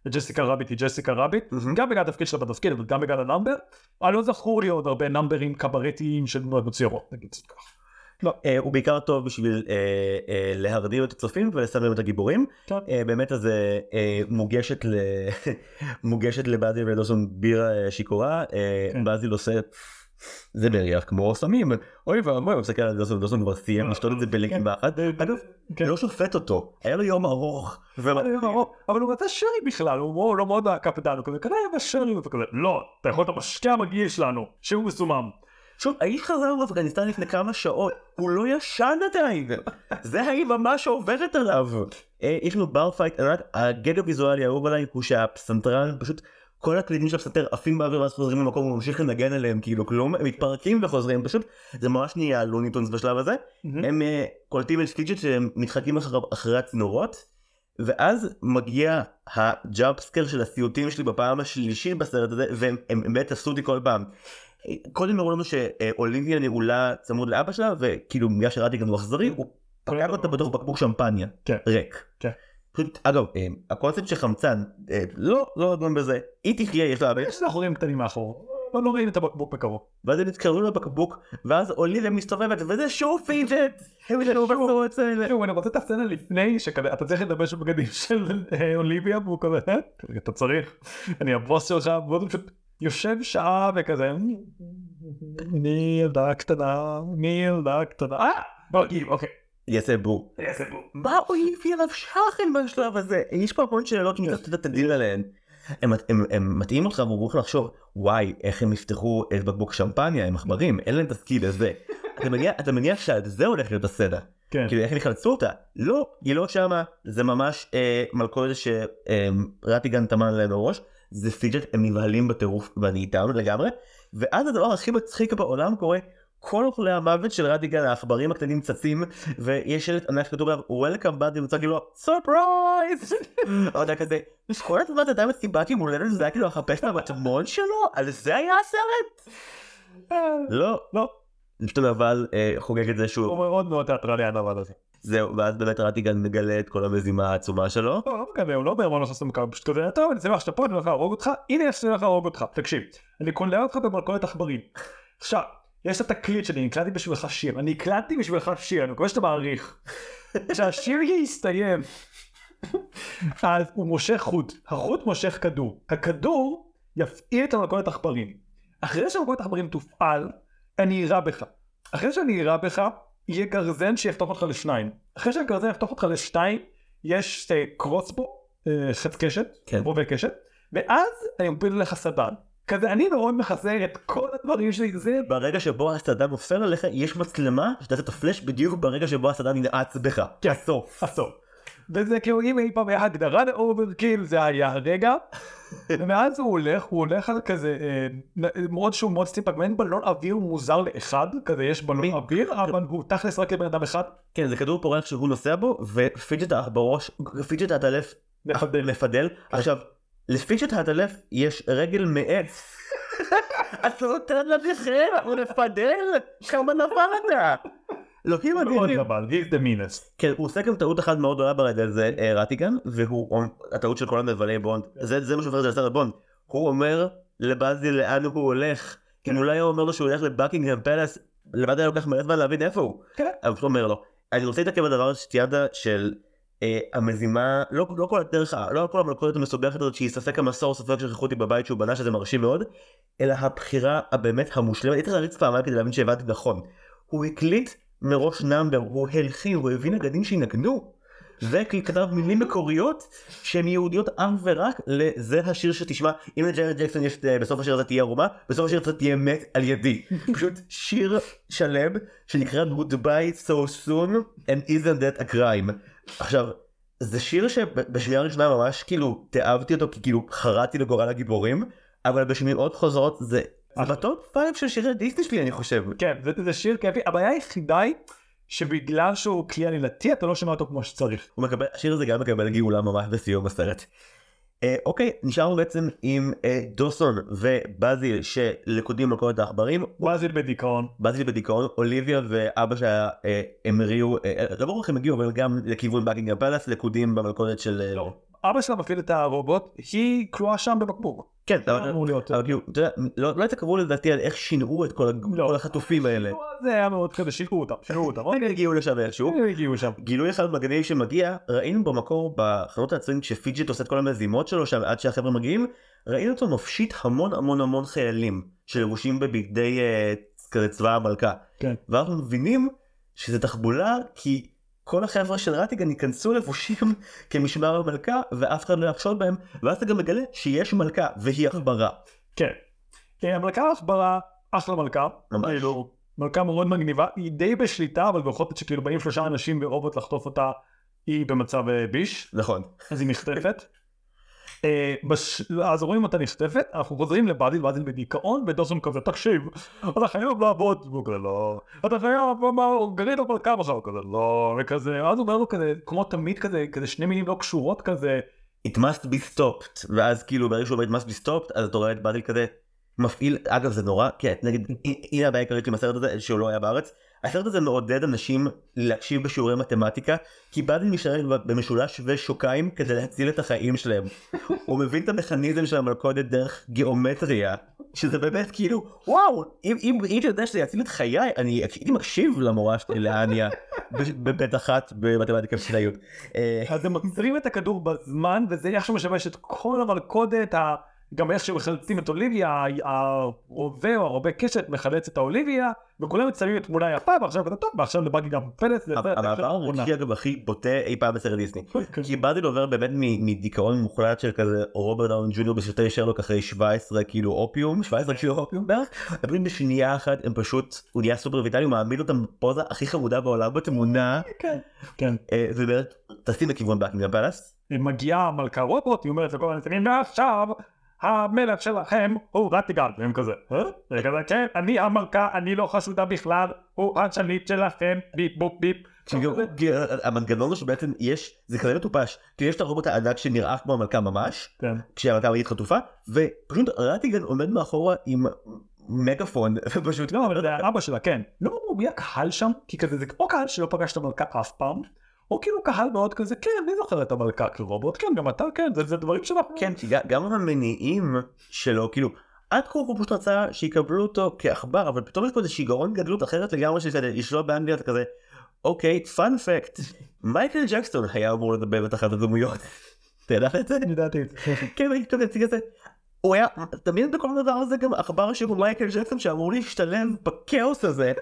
וג'סיקה רביט היא ג'סיקה רביט, גם בגלל התפקיד שלה בתפקיד, אבל גם בגלל הנאמבר, אבל לא זכור לי עוד הרבה נאמברים קברטיים של דמויות מצוירות, נגיד את זה ככה. לא, הוא בעיקר טוב בשביל להרדים את הצופים ולסמם את הגיבורים. באמת אז מוגשת מוגשת לבאזיל ודוסון בירה שיכורה, באזיל עושה זה מריח כמו סמים, אוי ואמוי, מסתכל על דוסון, דוסון כבר סיים לשתות את זה בלקימה אחת, אגב, לא שופט אותו, היה לו יום ארוך, אבל הוא רצה שרי בכלל, הוא לא מאוד קפדן, הוא כזה, כזה היה בשרי, וכזה, לא, אתה יכול את המשקע המגיל שלנו, שהוא מסומם. שוב, האיש חזר מאפגניסטן לפני כמה שעות, הוא לא ישן עדיין, זה האי ממש עוברת עליו. יש לנו בר פייט, הגג הוויזואלי האהוב עליי הוא שהפסנתרן פשוט, כל הקלידים של הפסנתר עפים באוויר ואז חוזרים למקום, הוא ממשיך לנגן עליהם כאילו כלום, הם מתפרקים וחוזרים, פשוט זה ממש נהיה לוניטונס בשלב הזה, הם קולטים את פיג'ט שהם מתחקים אחרי הצנורות, ואז מגיע הג'אמפסקר של הסיוטים שלי בפעם השלישית בסרט הזה, והם באמת עשו אותי כל פעם. קודם הראו לנו שאוליביה נעולה צמוד לאבא שלה, וכאילו בגלל שראיתי גם הוא אכזרי, הוא פגע אותה בתוך בקבוק שמפניה, ריק. אגב, הקונספט של חמצן, לא, לא נדון בזה, היא תחיה, יש לה... יש לאחורים קטנים מאחור, אבל לא רואים את הבקבוק בקרוב. ואז הם נתקרבו לבקבוק, ואז אוליביה מסתובבת, וזה שוב פיג'ט! הם שוב עשו את זה. שוב, אני רוצה את הסצנה לפני, שאתה צריך לדבר של בגדים של אוליביה, והוא כזה, אתה צריך, אני הבוס שלך, והוא פשוט יושב שעה וכזה, מי ילדה קטנה, מי ילדה קטנה, אה, בוא, אוקיי. יעשה בור. יעשה בור. מה אוליביה לבשה לכם בשלב הזה? יש פה המון שאלות שנצטרך תדין עליהן. הם מתאים אותך ואומרים לך לחשוב, וואי, איך הם יפתחו את בקבוק שמפניה, הם מחברים, אין להם תסקיד לזה. אתה מניח שעד זה הולך להיות הסדה. כאילו איך הם יחלצו אותה? לא, היא לא שמה, זה ממש מלכודת שרטיגן תמן להם בראש, זה פיג'ט, הם נבהלים בטירוף ואני איתם לגמרי, ואז הדבר הכי מצחיק בעולם קורה, כל אוכלי המוות של רדיגן, העכברים הקטנים צצים, ויש שלט ענק כתוב עליו, Welcome back, ומצא כאילו, Surprise! עוד היה כזה, כל התמונת אדם מסיבת יום הולדת, זה היה כאילו לחפש מהמטמון שלו? על זה היה הסרט? לא, לא. פתאום אבל חוגג את זה שהוא... הוא מאוד מאוד תיאטרלי הדבר הזה. זהו, ואז באמת רטיגן מגלה את כל המזימה העצומה שלו. לא, לא מגלה, הוא לא אומר מה לא שעשו מכאן, פשוט כזה, טוב, אני שמח שאתה פה, אני הולך להרוג אותך, הנה יש לי הולך להרוג אותך, תקשיב, אני קולע אותך במלכודת עכברים. עכשיו, יש את התקליט שלי, אני הקלטתי בשבילך שיר, אני הקלטתי בשבילך שיר, אני מקווה שאתה מעריך. כשהשיר יסתיים, אז הוא מושך חוט, החוט מושך כדור, הכדור יפעיל את המלכודת עכברים. אחרי שהמלכודת עכברים תופעל, אני אירה בך. אחרי שאני אירה בך, יהיה גרזן שיפתוח אותך לשניים. אחרי שהגרזן יפתוח אותך לשתיים, יש קרוסבו, חץ קשת, רובה קשת, ואז אני מפיל לך סדן. כזה אני מאוד מחזר את כל הדברים שלי, זה... ברגע שבו הסדן נופל עליך, יש מצלמה שתעשה את הפלש בדיוק ברגע שבו הסדן ננעץ בך. כן, הסוף. הסוף. וזה כאילו אם אי פעם היה הגדרה לאוברקיל, זה היה הרגע. ומאז הוא הולך, הוא הולך על כזה, מאוד שהוא מאוד סטימפק, מעין בלון אוויר מוזר לאחד, כזה יש בלון אוויר, אבל הוא תכלס רק לבן אדם אחד. כן, זה כדור פורח שהוא נוסע בו, ופיג'ט בראש, פיג'ט העטלף מפדל. עכשיו, לפיג'ט העטלף יש רגל מעץ. אתה נותן לבכם, הוא מפדל? כמה נפל אתה? לא, כי מאוד גבל, he's the meanest. כן, הוא עושה גם טעות אחת מאוד גדולה ברגע, זה רטיגן, והוא, הטעות של כל המבלי בונד, זה מה שעובר את זה לסרט בונד, הוא אומר לבאזיל לאן הוא הולך, כי אולי הוא אומר לו שהוא הולך לבקינגהאם פלאס, לבאזיל היה לוקח מלא זמן להבין איפה הוא, אבל הוא אומר לו, אני רוצה להתעכב בדבר שתיארת של המזימה, לא כל הדרך, לא כל המלכודת המסובכת הזאת שהיא ספק המסור, ספק שכחו אותי בבית שהוא בנה שזה מרשים מאוד, אלא הבחירה הבאמת המושלמת, הייתי להריץ פעמיים כדי להבין שהבנתי נכון, הוא הקליט מראש נאמבר, הוא הלחין, הוא הבין נגדים שינגנו, וכתב מילים מקוריות שהן יהודיות אך ורק לזה השיר שתשמע, אם לג'ארד ג'קסון יש בסוף השיר הזה תהיה ערומה, בסוף השיר הזה תהיה מת על ידי. פשוט שיר שלם שנקרא Goodbye so soon and isn't that a crime. עכשיו, זה שיר שבשמיעה הראשונה ממש כאילו תאהבתי אותו כי כאילו חרדתי לגורל הגיבורים, אבל בשמיעות חוזרות זה... בטופ פייב של שירי דיסני שלי אני חושב. כן, זה שיר כיפי, הבעיה היחידה היא שבגלל שהוא כלי עלילתי אתה לא שומע אותו כמו שצריך. הוא מקבל, השיר הזה גם מקבל גאולה ממש בסיום הסרט. אה, אוקיי, נשארנו בעצם עם אה, דוסון ובאזיל שלקודים מלכודת העכברים. באזיל בדיכאון. באזיל בדיכאון, אוליביה ואבא שהיה, אה, הם הריעו, אה, לא ברור איך הם הגיעו, אבל גם לכיוון בקינגהאם פלאס, לקודים במלכודת של... לא, אבא שלה מפעיל את הרובוט, היא כלואה שם בבקבוק. כן, אבל כאילו, אתה יודע, לא התעכבו לדעתי על איך שינעו את כל החטופים האלה. זה היה מאוד כזה, שינעו אותם, שינעו אותם. הם הגיעו לשם איכשהו. הם הגיעו שם. גילוי אחד מגניב שמגיע, ראינו במקור בחנות העצמאים כשפיג'ט עושה את כל המזימות שלו שם עד שהחבר'ה מגיעים, ראינו אותו מפשיט המון המון המון חיילים שלבושים בבגדי כזה צבא המלכה. כן. ואנחנו מבינים שזה תחבולה כי כל החבר'ה של רטיגן ייכנסו לבושים כמשמר המלכה ואף אחד לא יחשוד בהם, ואז אתה גם מגלה שיש מלכה והיא עכברה. כן. המלכה עכברה, אחלה מלכה. ממש. מלכה מאוד מגניבה, היא די בשליטה, אבל בכל זאת שכאילו באים שלושה אנשים ברובוט לחטוף אותה, היא במצב ביש. נכון. אז היא נחטפת. אז רואים אותה נחטפת, אנחנו חוזרים לבאזיל, באזיל בדיכאון, ודורסון כזה, תקשיב, אתה חייב לעבוד, והוא כזה לא, אתה חייב, גרעין אבל כמה שעות כזה, לא, וכזה, אז הוא אומר לו כזה, כמו תמיד כזה, כזה שני מילים לא קשורות כזה. It must be stopped, ואז כאילו ברגע שהוא אומר it must be stopped, אז אתה רואה את באזיל כזה, מפעיל, אגב זה נורא, כן, נגיד, הנה הבעיה העיקרית עם הסרט הזה, שהוא לא היה בארץ, הסרט הזה מעודד אנשים להקשיב בשיעורי מתמטיקה, כי באזיל משתמש במשולש ושוקיים כדי להציל את החיים שלהם. הוא מבין את המכניזם של המלכודת דרך גיאומטריה, שזה באמת כאילו, וואו, אם הייתי יודע שזה יציל את חיי, אני הייתי מקשיב למורה שלי לאניה, בבית אחת במתמטיקה בשניות. אז הם מחזירים את הכדור בזמן, וזה עכשיו משמש את כל המלכודת, גם איך שמחלצים את אוליביה, הרובה או הרבה קשת מחלץ את האוליביה, וכולם מצלמים את תמונה יפה, ועכשיו כזה טוב, ועכשיו לבאגי גם פלס. המעבר הרגשי אגב הכי בוטה אי פעם בסרט דיסני. כי באזיל עובר באמת מדיכאון מוחלט של כזה רוברט דאוני ג'וניור בסרטי שרלוק אחרי שבע עשרה קילו אופיום, שבע עשרה קילו אופיום בערך, אבל בשנייה אחת הם פשוט, הוא נהיה סופר ויטלי, הוא מעמיד אותם בפוזה הכי חמודה בעולם בתמונה. כן. ובאמת, טסים לכיוון באקינגהאם פלאס. מגיעה המלכה רובוט, היא אומרת לכל הנתונים, ועכשיו המלך שלכם הוא רטיגן, והם כזה, וכזה, כן, אני המלכה, אני לא חשודה בכלל, הוא השליט שלכם, ביפ בופ ביפ. המנגנון הוא שבעצם יש, זה כזה מטופש, כי יש את הרובוט הענק שנראה כמו המלכה ממש, כשהמלכה מגיעה חטופה, ופשוט רטיגן עומד מאחורה עם מגפון, ופשוט לא, אבל זה אבא שלה, כן. לא, מי הקהל שם? כי כזה זה או קהל שלא פגש את המלכה אף פעם, או כאילו קהל מאוד כזה, כן, אני זוכר את המלכה כרובוט, כן, גם אתה, כן, זה דברים שלך. כן, גם המניעים שלו, כאילו, עד כה הוא פשוט רצה שיקבלו אותו כאחבר, אבל פתאום יש פה איזה שיגעון גדלות אחרת לגמרי שישלו באנגליה, אתה כזה, אוקיי, פאנ פקט, מייקל ג'קסטון היה אמור לדבר את אחת הדמויות. אתה ידעת את זה? אני ידעתי את זה. כן, אני פתאום יציג את זה. הוא היה, תמיד בכל הדבר הזה גם אחבר שהוא מייקל ג'קסטון שאמור להשתלם בכאוס הזה.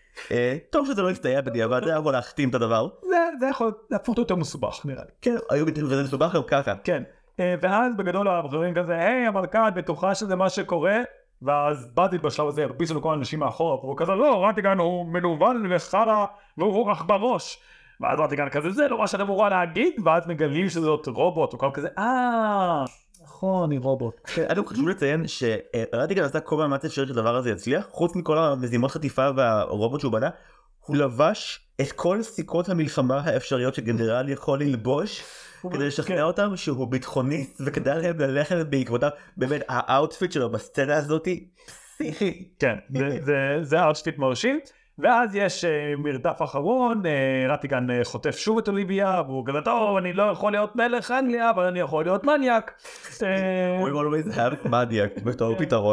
טוב שזה לא יסתייע בדיעבד, זה יכול להחתים את הדבר. זה יכול להפוך יותר מסובך נראה לי. כן, וזה מסובך גם ככה. כן, ואז בגדול המחזורים כזה, היי המלכה את בטוחה שזה מה שקורה, ואז באזיל בשלב הזה הרביץ לו כל האנשים מאחורה, והוא כזה לא, רטיגן הוא מנוול וחרא והוא רך בראש. ואז רטיגן כזה, זה לא מה שאני אמורה להגיד, ואז מגלים שזאת רובוט, וכל כזה, אה, נכון, היא רובוט. אדם חשוב לציין שרטיגן עשה כל מאמץ אפשרי שהדבר הזה יצליח, חוץ מכל המזימות חטיפה והרובוט שהוא בנה, הוא לבש את כל סיכות המלחמה האפשריות שגנרל יכול ללבוש, כדי לשכנע אותם שהוא ביטחוניסט, וכדאי להם ללכת בעקבותיו. באמת, האוטפיט שלו בסצנה הזאת פסיכי. כן, זה האוטפיט מרשים. ואז יש מרדף אחרון, רטיגן חוטף שוב את אוליביה, והוא כזה, טוב, אני לא יכול להיות מלך אנגליה, אבל אני יכול להיות מניאק. We always have מניאק בתור פתרון.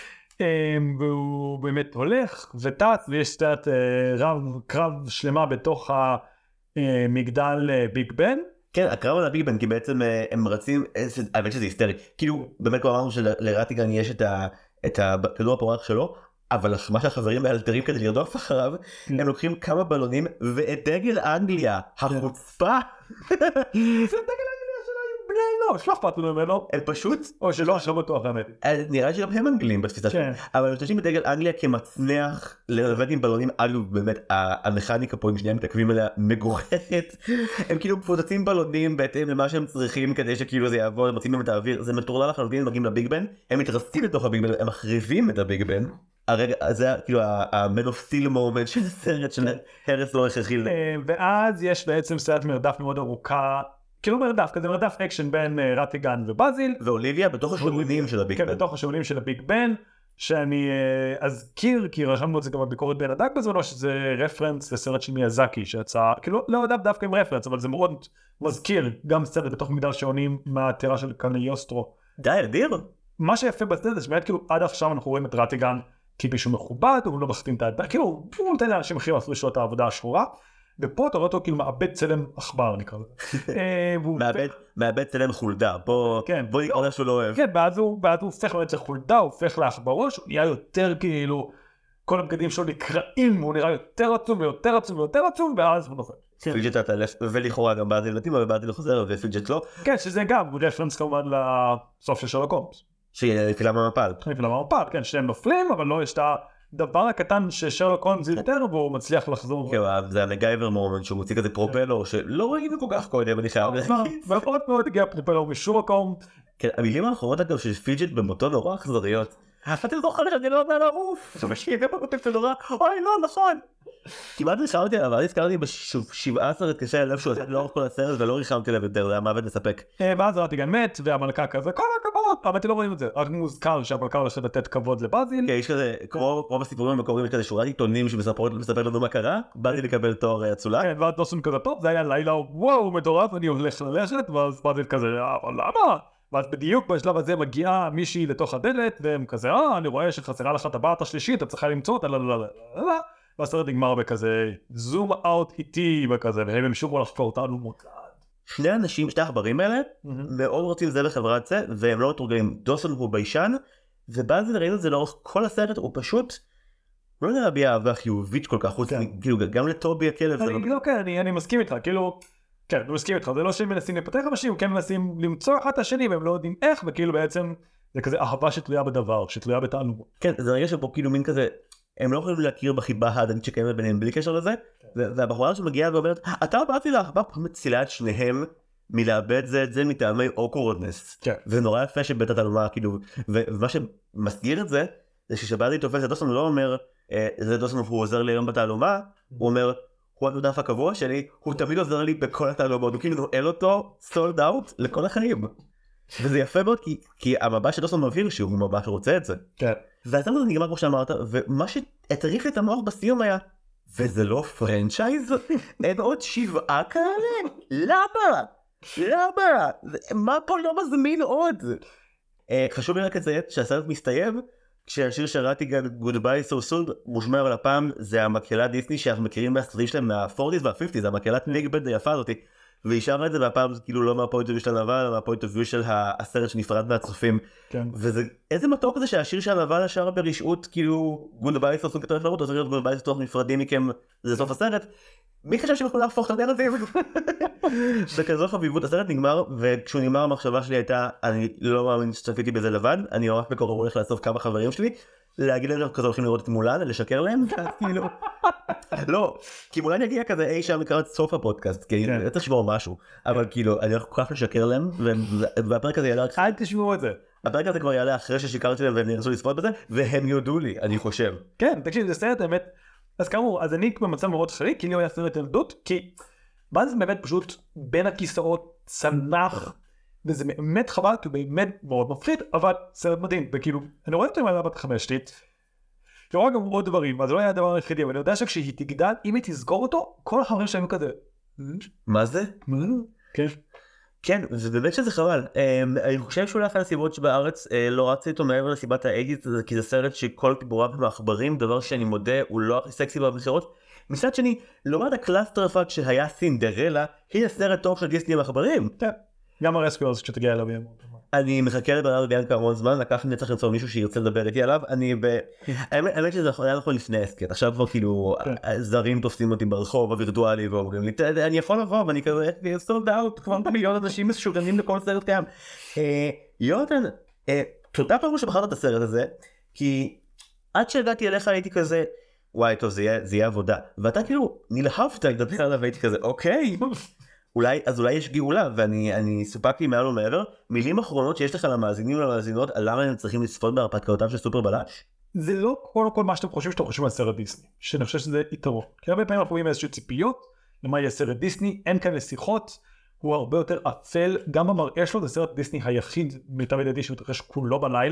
והוא באמת הולך וטס, ויש קצת קרב שלמה בתוך המגדל ביג בן. כן, הקרב על הביג בן, כי בעצם הם רצים, האמת שזה היסטרי, כאילו באמת כבר אמרנו שלרטיגן יש את הכדור הפורח שלו, אבל מה שהחברים מאלתרים כדי לרדוף אחריו, הם לוקחים כמה בלונים ואת דגל אנגליה, החוצפה. זה דגל אנגליה שלו עם בני לא, שלא אכפת לנו ממנו. הם פשוט, או שלא, שלא בטוח האמת. נראה שגם הם אנגלים בתפיסה שלהם, אבל הם משתמשים בדגל אנגליה כמצנח ללבד עם בלונים. אגב, באמת, המכניקה פה עם שנייה מתעכבים עליה מגוחכת. הם כאילו מפוצצים בלונים בהתאם למה שהם צריכים כדי שכאילו זה יעבור, הם מוצאים להם את האוויר, זה מטורלל לחלוטין, הם מגיעים לביג בן, הם מתרסקים לתוך הביג בן, הם מחריבים את הביג בן. הרגע, זה כאילו ה-Man of Steel moment של הסרט של הרס לא הכרחי. ואז יש בעצם סרט מרדף מאוד ארוכה, כאילו מרדף, כזה מרדף אקשן בין רטיגן ובאזיל. ואוליביה בתוך השעונים של הביג בן. כן, בתוך השעונים של הביג בן. שאני אזכיר, כי רשמנו את זה גם בביקורת בין הדק בזמנו, שזה רפרנס לסרט של מיאזקי שיצא, כאילו לא יודע דווקא עם רפרנס, אבל זה מאוד מזכיר גם סרט בתוך מגדל שעונים מהטירה של קליוסטרו. די, אדיר. מה שיפה בסרט זה שבאמת כאילו עד עכשיו אנחנו רואים את רטיגן כמישהו מכובד, הוא לא מחתים את הידיים, כאילו הוא נותן לאנשים אחרים לעשות לו את העבודה השחורה, ופה אתה רואה אותו כאילו מאבד צלם עכבר נקרא לזה. מאבד צלם חולדה, בוא נקרא לה שהוא לא אוהב. כן, ואז הוא הופך באמת לחולדה, הוא הופך לעכברוש, הוא נהיה יותר כאילו, כל הבגדים שלו נקראים, הוא נראה יותר עצום ויותר עצום ויותר עצום, ואז הוא נופל. פיג'ט אתה ולכאורה גם באתי לנתים, אבל באתי לחוזר ופיג'ט לא. כן, שזה גם רפרנס כמובן לסוף של שרלוק הולמס. שהיא נפילה מהמפל. נפילה מהמפל, כן, שהם נופלים, אבל לא יש את הדבר הקטן ששרלוק הולמס יותר, והוא מצליח לחזור. כן, זה המגייבר מומנט שהוא מוציא כזה פרופלור, שלא ראינו כל כך קודם, אני חייב להגיד. מאוד מאוד הגיע פרופלור משרלוק הולמס. כן, המילים האחרונות אגב של פיג'ט במותו נורא אכזריות. אתם זוכר שאני לא יודע לעוף. עכשיו יש לי בפוטק של נורא, אוי לא, נכון. כמעט נשארתי עליו, אבל הזכרתי בשבעה עשר את קשה הלב שהוא עושה לאורך כל הסרט ולא ריחמתי לב יותר, זה היה מוות לספק. ואז רטיגן מת והמלכה כזה, כל הכבוד, אבל אתם לא רואים את זה, רק מוזכר שהמלכה הולכת לתת כבוד לבאזיל. כן, יש כזה, כמו בסיפורים המקוריים יש כזה שורת עיתונים שמספר לנו מה קרה, באתי לקבל תואר אצולה. כן, ואז דוסון כזה טוב, זה היה לילה, וואו, מטורף, אני הולך ללכת, ואז באזיל כזה, אבל למה? ואז בדיוק בשלב הזה מגיעה מישהי לתוך הדלת, והם כזה, אה, אני רואה שחסרה לך את הבת השלישית, את צריכה למצוא אותה, והסרט נגמר בכזה, זום אאוט איטי וכזה, והם המשיכו לחקור אותנו מוצד. שני אנשים, שתי החברים האלה, מאוד רוצים זה בחברת זה, והם לא מתורגלים. דוסון הוא ביישן, ובאזיל ראינו את זה לאורך כל הסרט, הוא פשוט לא נראה בי אהבה חיובית כל כך, כאילו גם לטובי הכלב. אני מסכים איתך, כאילו, כן, אני מסכים איתך, זה לא שהם מנסים לפתח אנשים, הם כן מנסים למצוא אחד את השני, והם לא יודעים איך, וכאילו בעצם זה כזה אהבה שתלויה בדבר, שתלויה בתענוג. כן, זה רגע שפה כאילו מין כזה, הם לא יכולים להכיר בחיבה ההדדית שקיימת ביניהם בלי קשר לזה, והבחורה שמגיעה ואומרת, אתה באתי לאחבה, מצילה את שניהם מלאבד זה את זה מטעמי אוקוורדנס. ונורא יפה שבית התעלומה, כאילו, ומה שמסגיר את זה, זה ששבאזיל תופס את דוסון, הוא לא אומר, זה דוסון הוא עוזר לי היום בתעלומה, הוא אומר, הוא הדף הקבוע שלי, הוא תמיד עוזר לי בכל התעלומות, הוא כאילו נועל אותו סולד אאוט לכל החיים. וזה יפה מאוד, כי, כי המבט של דוסון מבהיר שהוא מבט שרוצה את זה. כן. והסרט הזה נגמר כמו שאמרת, ומה שהטריף לי את המוח בסיום היה, וזה לא פרנצ'ייז? אין עוד שבעה כאלה? למה? למה? מה פה לא מזמין עוד? חשוב לי רק לציין שהסרט מסתיים, כשהשיר שרטיגן Goodbye So Soon מושמע על הפעם, זה המקהלת דיסני שאנחנו מכירים מהסרטים שלהם מה-פורטיז וה-פיפטיז, זה המקהלת ניק בנד היפה הזאתי, והיא שרה את זה והפעם זה כאילו לא מהפוינט אוף של הנבל, אלא מהפוינט אוף של הסרט שנפרד מהצופים, וזה איזה מתוק זה שהשיר של הנבל השרה ברשעות, כאילו Goodbye So Soon כתוב לפנות, או צריך להיות Goodbye So Soon נפרדים מכם, זה סוף הסרט, מי חשב שהם יכולים להפוך את הנרטיב? זה כזו חביבות, הסרט נגמר, וכשהוא נגמר המחשבה שלי הייתה, אני לא מאמין שצפיתי בזה לבד, אני ממש בקרוב הולך לאסוף כמה חברים שלי, להגיד להם כזה הולכים לראות את מולן, לשקר להם, לא, כי מולן יגיע כזה אי שם לקראת סוף הפודקאסט, כי אתה תשמעו משהו, אבל כאילו, אני הולך כל כך לשקר להם, והפרק הזה יעלה... אל תשמעו את זה. הפרק הזה כבר יעלה אחרי ששיקרתי להם והם נרצו לצפות בזה, והם יודו לי, אני חושב. כן, תקשיב, זה סרט באמת, אז כאמור, אז אני במצב מאוד חריג, כי לי הוא היה סרט ילדות, כי ואז באמת פשוט בין הכיסאות צנח, וזה באמת חבל, כי הוא באמת מאוד מפחיד, אבל סרט מדהים, וכאילו, אני רואה אותו עם הילדה בת חמש שלי, אני רואה גם עוד דברים, אז זה לא היה הדבר היחידי, אבל אני יודע שכשהיא תגדל, אם היא תסגור אותו, כל החברים שלהם כזה. מה זה? מה זה? כן. כן, זה באמת שזה חבל. אני חושב שאולי אחת הסיבות שבארץ לא רצתי אותו מעבר לסיבת האיידיט, כי זה סרט שכל דיבוריו מעכברים, דבר שאני מודה, הוא לא הכי סקסי במחירות. מצד שני, לעומת הקלאסטר פאק שהיה סינדרלה, היא הסרט טוב של דיסני המעכברים. כן, גם הרסקיוז שתגיע אליו יהיה מאוד. אני מחכה לדבר ביאנקה המון זמן, לקח לי נצטרך למצוא מישהו שירצה לדבר איתי עליו, אני ב... האמת שזה היה נכון לפני הסקט, עכשיו כבר כאילו זרים תופסים אותי ברחוב הווירטואלי ואומרים לי, אני יכול לבוא ואני כזה, סולד אאוט, כבר מיליון אנשים משוגעים לכל סרט קיים. יונתן, תודה פעם שבחרת את הסרט הזה, כי עד שהגעתי אליך הייתי כזה, וואי טוב זה יהיה עבודה, ואתה כאילו נלהבת לדבר עליו והייתי כזה, אוקיי. אולי, אז אולי יש גאולה, ואני אני סופקתי מעל ומעבר, מילים אחרונות שיש לך למאזינים ולמאזינות, על למה הם צריכים לצפות בהרפתקאותיו של סופר בלש? זה לא כל כל מה שאתם חושבים שאתם חושבים על סרט דיסני, שאני חושב שזה יתרון. כי הרבה פעמים אנחנו רואים איזושהי ציפיות, למה יהיה סרט דיסני, אין כאן לשיחות, הוא הרבה יותר אפל, גם המראה שלו, זה סרט דיסני היחיד, מיטב ידיעתי שמתרחש כולו בלילה,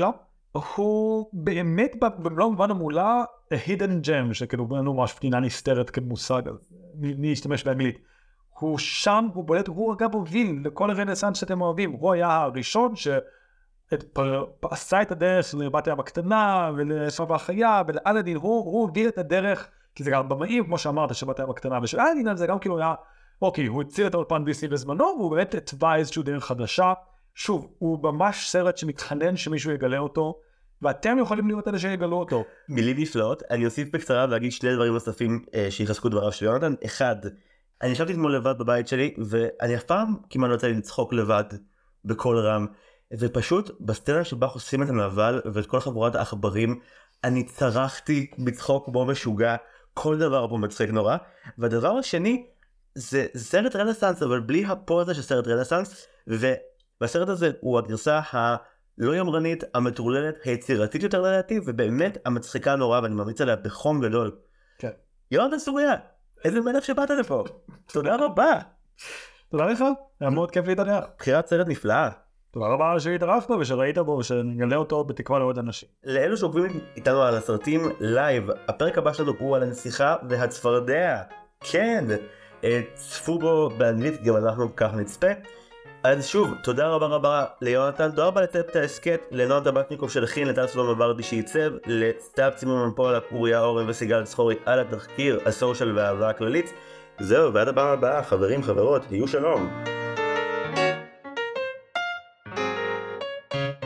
הוא באמת במלוא מובן המולה a hidden gem, שכאילו בנו ממש פנינה נסתרת כמושג, מי ישתמש באנגלית. הוא שם, הוא בולט, הוא אגב הוביל לכל הרנסנס שאתם אוהבים, הוא היה הראשון שעשה את הדרך לבת הים הקטנה ולשפה החיה ולאלאדין, הוא, הוא הוביל את הדרך, כי זה גם במאים, כמו שאמרת, שבת הים הקטנה, ושאלאדין זה גם כאילו היה, אוקיי, הוא הציל את האולפן דיסני בזמנו, והוא באמת התווה איזשהו דרך חדשה. שוב, הוא ממש סרט שמתחנן שמישהו יגלה אותו, ואתם יכולים להיות אלה שיגלו אותו. מילים נפלאות. אני אוסיף בקצרה ואגיד שני דברים נוספים אה, שיחזקו דבריו של יונתן. אחד, אני ישבתי אתמול לבד בבית שלי, ואני אף פעם כמעט לא יצא לי לצחוק לבד בכל רם, ופשוט בסצנה שבה חושפים את הנבל ואת כל חבורת העכברים, אני צרחתי בצחוק כמו משוגע, כל דבר פה מצחיק נורא. והדבר השני, זה סרט רנסנס, אבל בלי הפוזה של סרט רנסנס, ובסרט הזה הוא הגרסה ה... לא יומרנית, המטורללת, היצירתית יותר לדעתי, ובאמת המצחיקה נורא, ואני ממליץ עליה בחום גדול. כן. יונתן סוריה, איזה מלך שבאת לפה. תודה רבה. תודה לך, היה מאוד כיף להתעניין. בחירת סרט נפלאה. תודה רבה שהתערפת ושראית בו, ושנגלה אותו בתקווה לעוד אנשים. לאלו שעוקבים איתנו על הסרטים לייב, הפרק הבא שלנו הוא על הנסיכה והצפרדע. כן, צפו בו באנגלית, גם אנחנו כך נצפה. אז שוב, תודה רבה רבה ליונתן, תודה רבה לצוות ההסכת, לנועם טבקניקוב שלחין, לטל סלום ורדי שעיצב, לסתיו צימרמן פולק, אוריה אורן וסיגל צחורי על התחקיר, הסושיאל והאהבה הכללית. זהו, ועד הפעם הבאה, חברים, חברות, תהיו שלום.